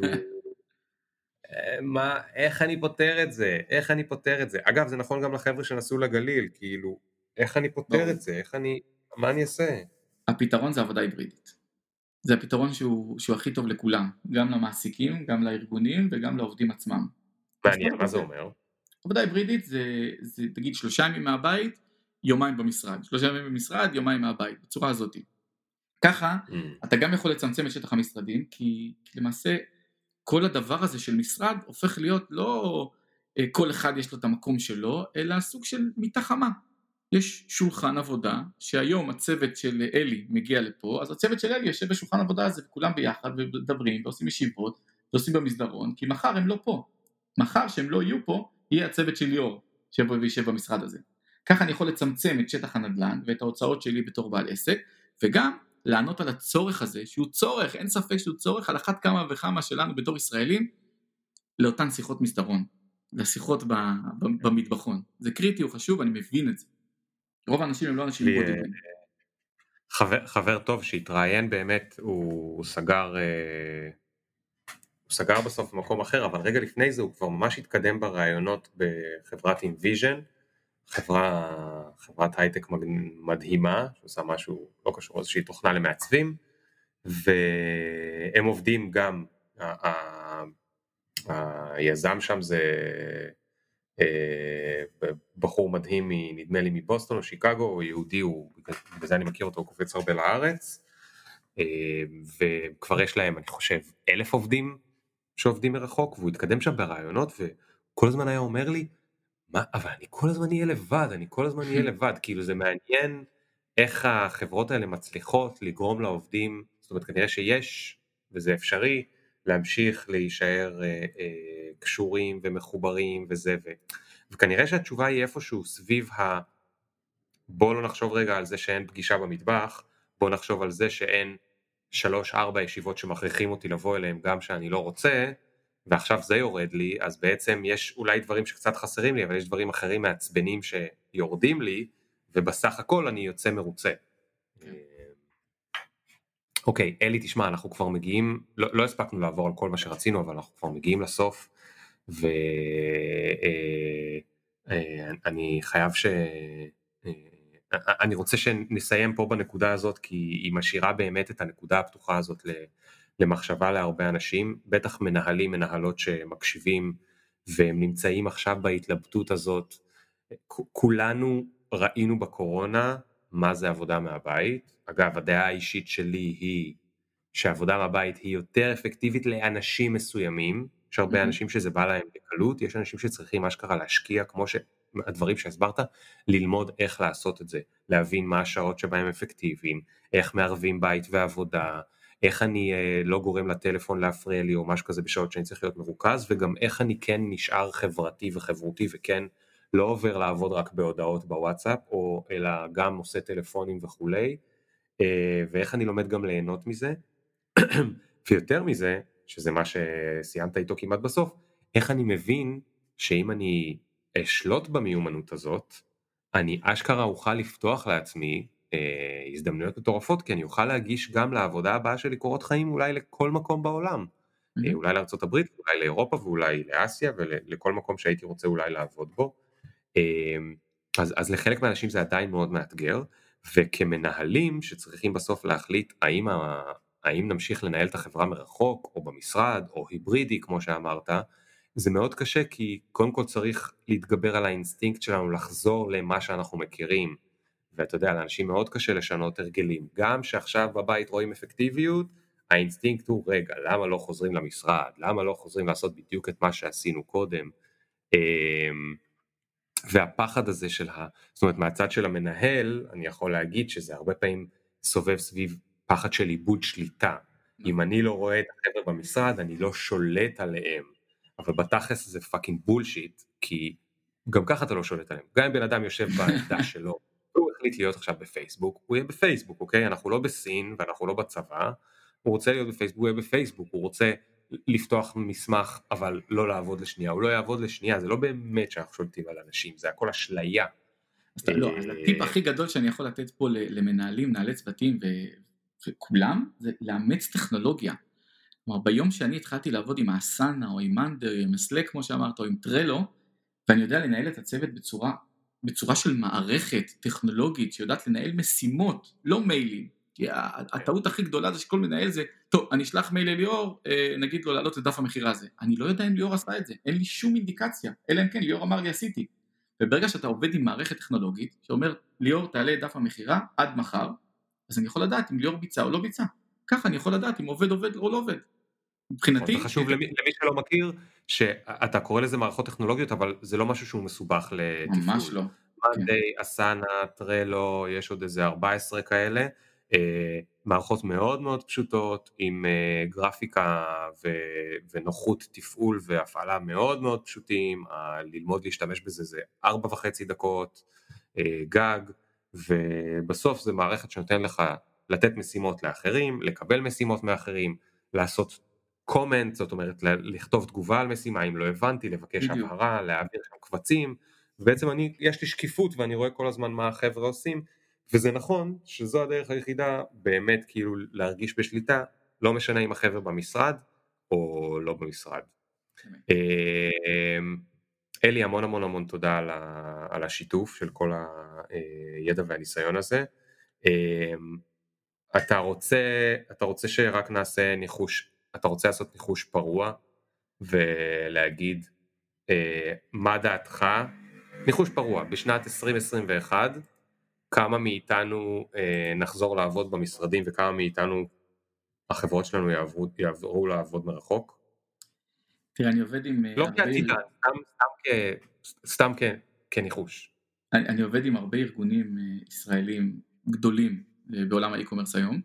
מה, איך אני פותר את זה? איך אני פותר את זה? אגב, זה נכון גם לחבר'ה שנסעו לגליל, כאילו, איך אני פותר את זה? איך אני, מה אני אעשה? הפתרון זה עבודה היברידית. זה הפתרון שהוא, שהוא הכי טוב לכולם, גם למעסיקים, גם לארגונים וגם לעובדים עצמם. מעניין, מה זה אומר? עבודה היברידית זה, זה תגיד שלושה ימים מהבית, יומיים במשרד. שלושה ימים במשרד, יומיים מהבית, בצורה הזאת. ככה, mm. אתה גם יכול לצמצם את שטח המשרדים, כי, כי למעשה כל הדבר הזה של משרד הופך להיות לא כל אחד יש לו את המקום שלו, אלא סוג של מיטה חמה. יש שולחן עבודה, שהיום הצוות של אלי מגיע לפה, אז הצוות של אלי יושב בשולחן עבודה הזה, וכולם ביחד ומדברים ועושים ישיבות, ועושים במסדרון, כי מחר הם לא פה. מחר שהם לא יהיו פה, יהיה הצוות של ליאור, שיבוא וישב במשרד הזה. ככה אני יכול לצמצם את שטח הנדל"ן, ואת ההוצאות שלי בתור בעל עסק, וגם לענות על הצורך הזה, שהוא צורך, אין ספק שהוא צורך, על אחת כמה וכמה שלנו בתור ישראלים, לאותן שיחות מסדרון, לשיחות במטבחון. זה קריטי, הוא חשוב, אני מבין את זה. רוב האנשים הם לא אנשים בודדים. חבר, חבר טוב שהתראיין באמת, הוא סגר, הוא סגר בסוף במקום אחר, אבל רגע לפני זה הוא כבר ממש התקדם ברעיונות בחברת אינוויז'ן, חברה, חברת הייטק מדהימה, שעושה משהו לא קשור, איזושהי תוכנה למעצבים, והם עובדים גם, היזם שם זה בחור מדהים, נדמה לי מבוסטון או שיקגו, הוא יהודי, בזה אני מכיר אותו, הוא קופץ הרבה לארץ, וכבר יש להם, אני חושב, אלף עובדים שעובדים מרחוק, והוא התקדם שם ברעיונות, וכל הזמן היה אומר לי, מה, אבל אני כל הזמן אהיה לבד, אני כל הזמן אהיה לבד, כאילו זה מעניין איך החברות האלה מצליחות לגרום לעובדים, זאת אומרת כנראה שיש, וזה אפשרי, להמשיך להישאר אה, אה, קשורים ומחוברים וזה, ו... וכנראה שהתשובה היא איפשהו סביב ה... בוא לא נחשוב רגע על זה שאין פגישה במטבח, בוא נחשוב על זה שאין שלוש ארבע ישיבות שמכריחים אותי לבוא אליהם גם שאני לא רוצה, ועכשיו זה יורד לי, אז בעצם יש אולי דברים שקצת חסרים לי, אבל יש דברים אחרים מעצבנים שיורדים לי, ובסך הכל אני יוצא מרוצה. אוקיי, אלי, תשמע, אנחנו כבר מגיעים, לא, לא הספקנו לעבור על כל מה שרצינו, אבל אנחנו כבר מגיעים לסוף, ואני חייב ש... אני רוצה שנסיים פה בנקודה הזאת, כי היא משאירה באמת את הנקודה הפתוחה הזאת למחשבה להרבה אנשים, בטח מנהלים, מנהלות שמקשיבים, והם נמצאים עכשיו בהתלבטות הזאת, כולנו ראינו בקורונה מה זה עבודה מהבית. אגב, הדעה האישית שלי היא שעבודה מהבית היא יותר אפקטיבית לאנשים מסוימים. יש הרבה אנשים שזה בא להם בקלות, יש אנשים שצריכים אשכרה להשקיע, כמו שהדברים שהסברת, ללמוד איך לעשות את זה, להבין מה השעות שבהם אפקטיביים, איך מערבים בית ועבודה, איך אני אה, לא גורם לטלפון להפריע לי או משהו כזה בשעות שאני צריך להיות מרוכז, וגם איך אני כן נשאר חברתי וחברותי וכן לא עובר לעבוד רק בהודעות בוואטסאפ, או אלא גם עושה טלפונים וכולי, אה, ואיך אני לומד גם ליהנות מזה, ויותר מזה, שזה מה שסיימת איתו כמעט בסוף, איך אני מבין שאם אני אשלוט במיומנות הזאת, אני אשכרה אוכל לפתוח לעצמי אה, הזדמנויות מטורפות, כי אני אוכל להגיש גם לעבודה הבאה שלי קורות חיים אולי לכל מקום בעולם, אה, אולי לארצות הברית, אולי לאירופה ואולי לאסיה ולכל מקום שהייתי רוצה אולי לעבוד בו. אה, אז, אז לחלק מהאנשים זה עדיין מאוד מאתגר, וכמנהלים שצריכים בסוף להחליט האם, ה, האם נמשיך לנהל את החברה מרחוק או במשרד או היברידי כמו שאמרת, זה מאוד קשה כי קודם כל צריך להתגבר על האינסטינקט שלנו לחזור למה שאנחנו מכירים, ואתה יודע, לאנשים מאוד קשה לשנות הרגלים, גם שעכשיו בבית רואים אפקטיביות, האינסטינקט הוא רגע, למה לא חוזרים למשרד, למה לא חוזרים לעשות בדיוק את מה שעשינו קודם, והפחד הזה של ה... זאת אומרת, מהצד של המנהל, אני יכול להגיד שזה הרבה פעמים סובב סביב פחד של איבוד שליטה. אם אני לא רואה את החבר'ה במשרד, אני לא שולט עליהם. אבל בתכלס זה פאקינג בולשיט, כי גם ככה אתה לא שולט עליהם. גם אם בן אדם יושב בעמדה שלו, הוא החליט להיות עכשיו בפייסבוק, הוא יהיה בפייסבוק, אוקיי? אנחנו לא בסין ואנחנו לא בצבא, הוא רוצה להיות בפייסבוק, הוא יהיה בפייסבוק, הוא רוצה לפתוח מסמך אבל לא לעבוד לשנייה, הוא לא יעבוד לשנייה, זה לא באמת שאנחנו שולטים על אנשים, זה הכל אשליה. אז לא, אז הטיפ הכי גדול שאני יכול לתת פה למנהלים, מנהלי צוותים וכולם, זה לאמץ טכנולוגיה. כלומר, ביום שאני התחלתי לעבוד עם האסנה או עם מאנדר, עם הסלק כמו שאמרת, או עם טרלו, ואני יודע לנהל את הצוות בצורה, בצורה של מערכת טכנולוגית שיודעת לנהל משימות, לא מיילים. כי הטעות הכי גדולה זה שכל מנהל זה, טוב, אני אשלח מייל לליאור, נגיד לו לעלות לדף המחירה הזה. אני לא יודע אם ליאור עשה את זה, אין לי שום אינדיקציה, אלא אם כן, ליאור אמר לי עשיתי. וברגע שאתה עובד עם מערכת טכנולוגית, שאומר, ליאור תעלה דף המחירה עד מחר, אז אני יכול לדעת אם ליאור ביצע או לא ביצע. ככה אני יכול לדעת אם עובד עובד או לא עובד. מבחינתי... זה חשוב למי, למי שלא מכיר, שאתה קורא לזה מערכות טכנולוגיות, אבל זה לא משהו שהוא מסובך לתפעול. ממש לא. מאנדיי, אסנה, טרלו, יש עוד איזה ארבע עשרה כאלה, מערכות מאוד מאוד פשוטות, עם גרפיקה ונוחות תפעול והפעלה מאוד מאוד פשוטים, ללמוד להשתמש בזה זה ארבע וחצי דקות גג, ובסוף זה מערכת שנותן לך לתת משימות לאחרים, לקבל משימות מאחרים, לעשות קומנט, זאת אומרת לכתוב תגובה על משימה, אם לא הבנתי, לבקש הבהרה, להעביר שם קבצים, ובעצם אני, יש לי שקיפות ואני רואה כל הזמן מה החבר'ה עושים, וזה נכון שזו הדרך היחידה באמת כאילו להרגיש בשליטה, לא משנה אם החבר'ה במשרד או לא במשרד. אלי, המון המון המון תודה על השיתוף של כל הידע והניסיון הזה. אתה רוצה, אתה רוצה שרק נעשה ניחוש, אתה רוצה לעשות ניחוש פרוע ולהגיד מה דעתך, ניחוש פרוע, בשנת עשרים עשרים ואחת, כמה מאיתנו אה, נחזור לעבוד במשרדים, וכמה מאיתנו החברות שלנו יעברו, יעברו לעבוד מרחוק? תראה, אני עובד עם... לא כעתידה, סתם, סתם, כ, סתם כ, כניחוש. אני, אני עובד עם הרבה ארגונים ישראלים גדולים בעולם האי-קומרס היום,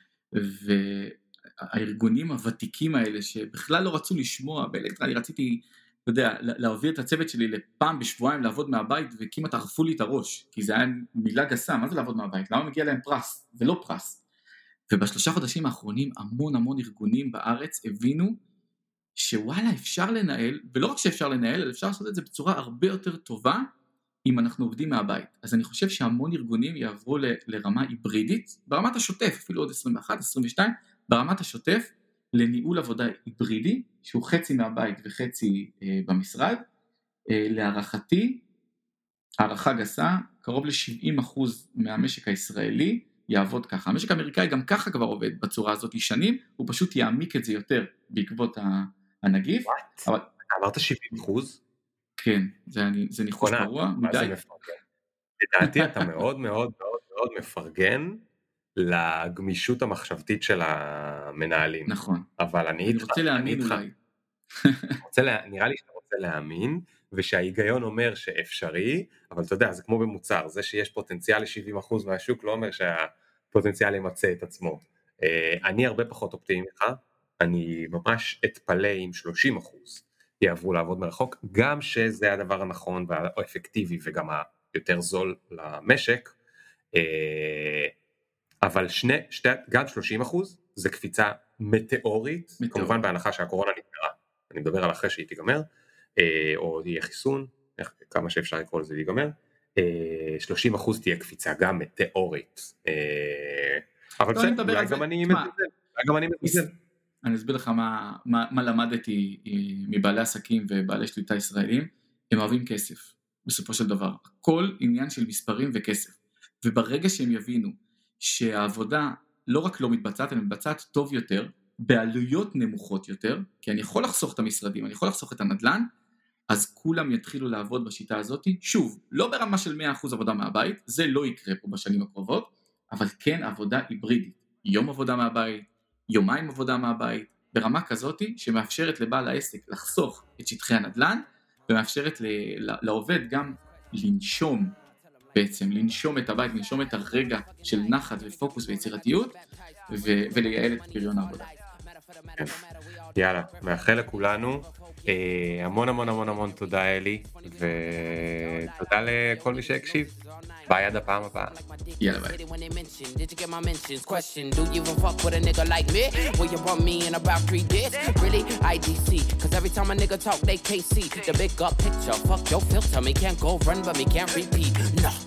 והארגונים הוותיקים האלה שבכלל לא רצו לשמוע, באלקטרה אני רציתי... אתה יודע, להעביר את הצוות שלי לפעם בשבועיים לעבוד מהבית, וכמעט ערפו לי את הראש, כי זה היה מילה גסה, מה זה לעבוד מהבית? למה מגיע להם פרס? זה לא פרס. ובשלושה חודשים האחרונים, המון המון ארגונים בארץ הבינו, שוואלה, אפשר לנהל, ולא רק שאפשר לנהל, אלא אפשר לעשות את זה בצורה הרבה יותר טובה, אם אנחנו עובדים מהבית. אז אני חושב שהמון ארגונים יעברו ל- לרמה היברידית, ברמת השוטף, אפילו עוד עשרים ואחת, עשרים ושתיים, ברמת השוטף, לניהול עבודה היברידי, שהוא חצי מהבית וחצי אה, במשרד, אה, להערכתי, הערכה גסה, קרוב ל-שבעים אחוז מהמשק הישראלי יעבוד ככה. המשק האמריקאי גם ככה כבר עובד בצורה הזאת שנים, הוא פשוט יעמיק את זה יותר בעקבות הנגיף. אבל... אמרת שבעים אחוז? כן, זה, אני, זה ניחוש גרוע מדי. לדעתי אתה מאוד מאוד מאוד מאוד מפרגן לגמישות המחשבתית של המנהלים. נכון. אבל אני אני רוצה להאמין אולי. נראה לי שאתה רוצה להאמין, ושההיגיון אומר שאפשרי, אבל אתה יודע, זה כמו במוצר, זה שיש פוטנציאל ל-שבעים אחוז מהשוק, לא אומר שהפוטנציאל ימצא את עצמו. אני הרבה פחות אופטימי ממך, אני ממש אתפלא עם שלושים אחוז יעברו לעבוד מרחוק, גם שזה הדבר הנכון והאפקטיבי וגם היותר זול למשק, אבל שני, שתי, גם שלושים אחוז זה קפיצה מטאורית, מטאור. כמובן בהנחה שהקורונה נגמרה, אני מדבר על אחרי שהיא תיגמר, או יהיה חיסון, כמה שאפשר לקרוא לזה להיגמר, שלושים אחוז תהיה קפיצה גם מטאורית, אבל בסדר, אולי גם אני מזלזל, גם אני מזלזל. אני אסביר לך מה, מה, מה למדתי מבעלי עסקים ובעלי שליטה ישראלים, הם אוהבים כסף, בסופו של דבר, הכל עניין של מספרים וכסף, וברגע שהם יבינו שהעבודה לא רק לא מתבצעת, אלא מתבצעת טוב יותר, בעלויות נמוכות יותר, כי אני יכול לחסוך את המשרדים, אני יכול לחסוך את הנדלן, אז כולם יתחילו לעבוד בשיטה הזאת, שוב, לא ברמה של מאה אחוז עבודה מהבית, זה לא יקרה פה בשנים הקרובות, אבל כן עבודה היברידית, יום עבודה מהבית, יומיים עבודה מהבית, ברמה כזאת שמאפשרת לבעל העסק לחסוך את שטחי הנדלן, ומאפשרת לעובד גם לנשום, בעצם לנשום את הבית, לנשום את הרגע של נחת ופוקוס ויצירתיות, ו- ולייעל את פריון העבודה. יאללה, מאחל לכולנו, אה, המון המון המון המון תודה אלי, ותודה לכל מי שהקשיב. ביי עד הפעם הבאה. יאללה ביי. Did you get my mentions? Question, do you even fuck with a nigga like me? Will you bump me in about three days? Really? I D C, cause every time a nigga talk they K C. The big up picture, fuck your filter, me can't go run but me can't repeat. No.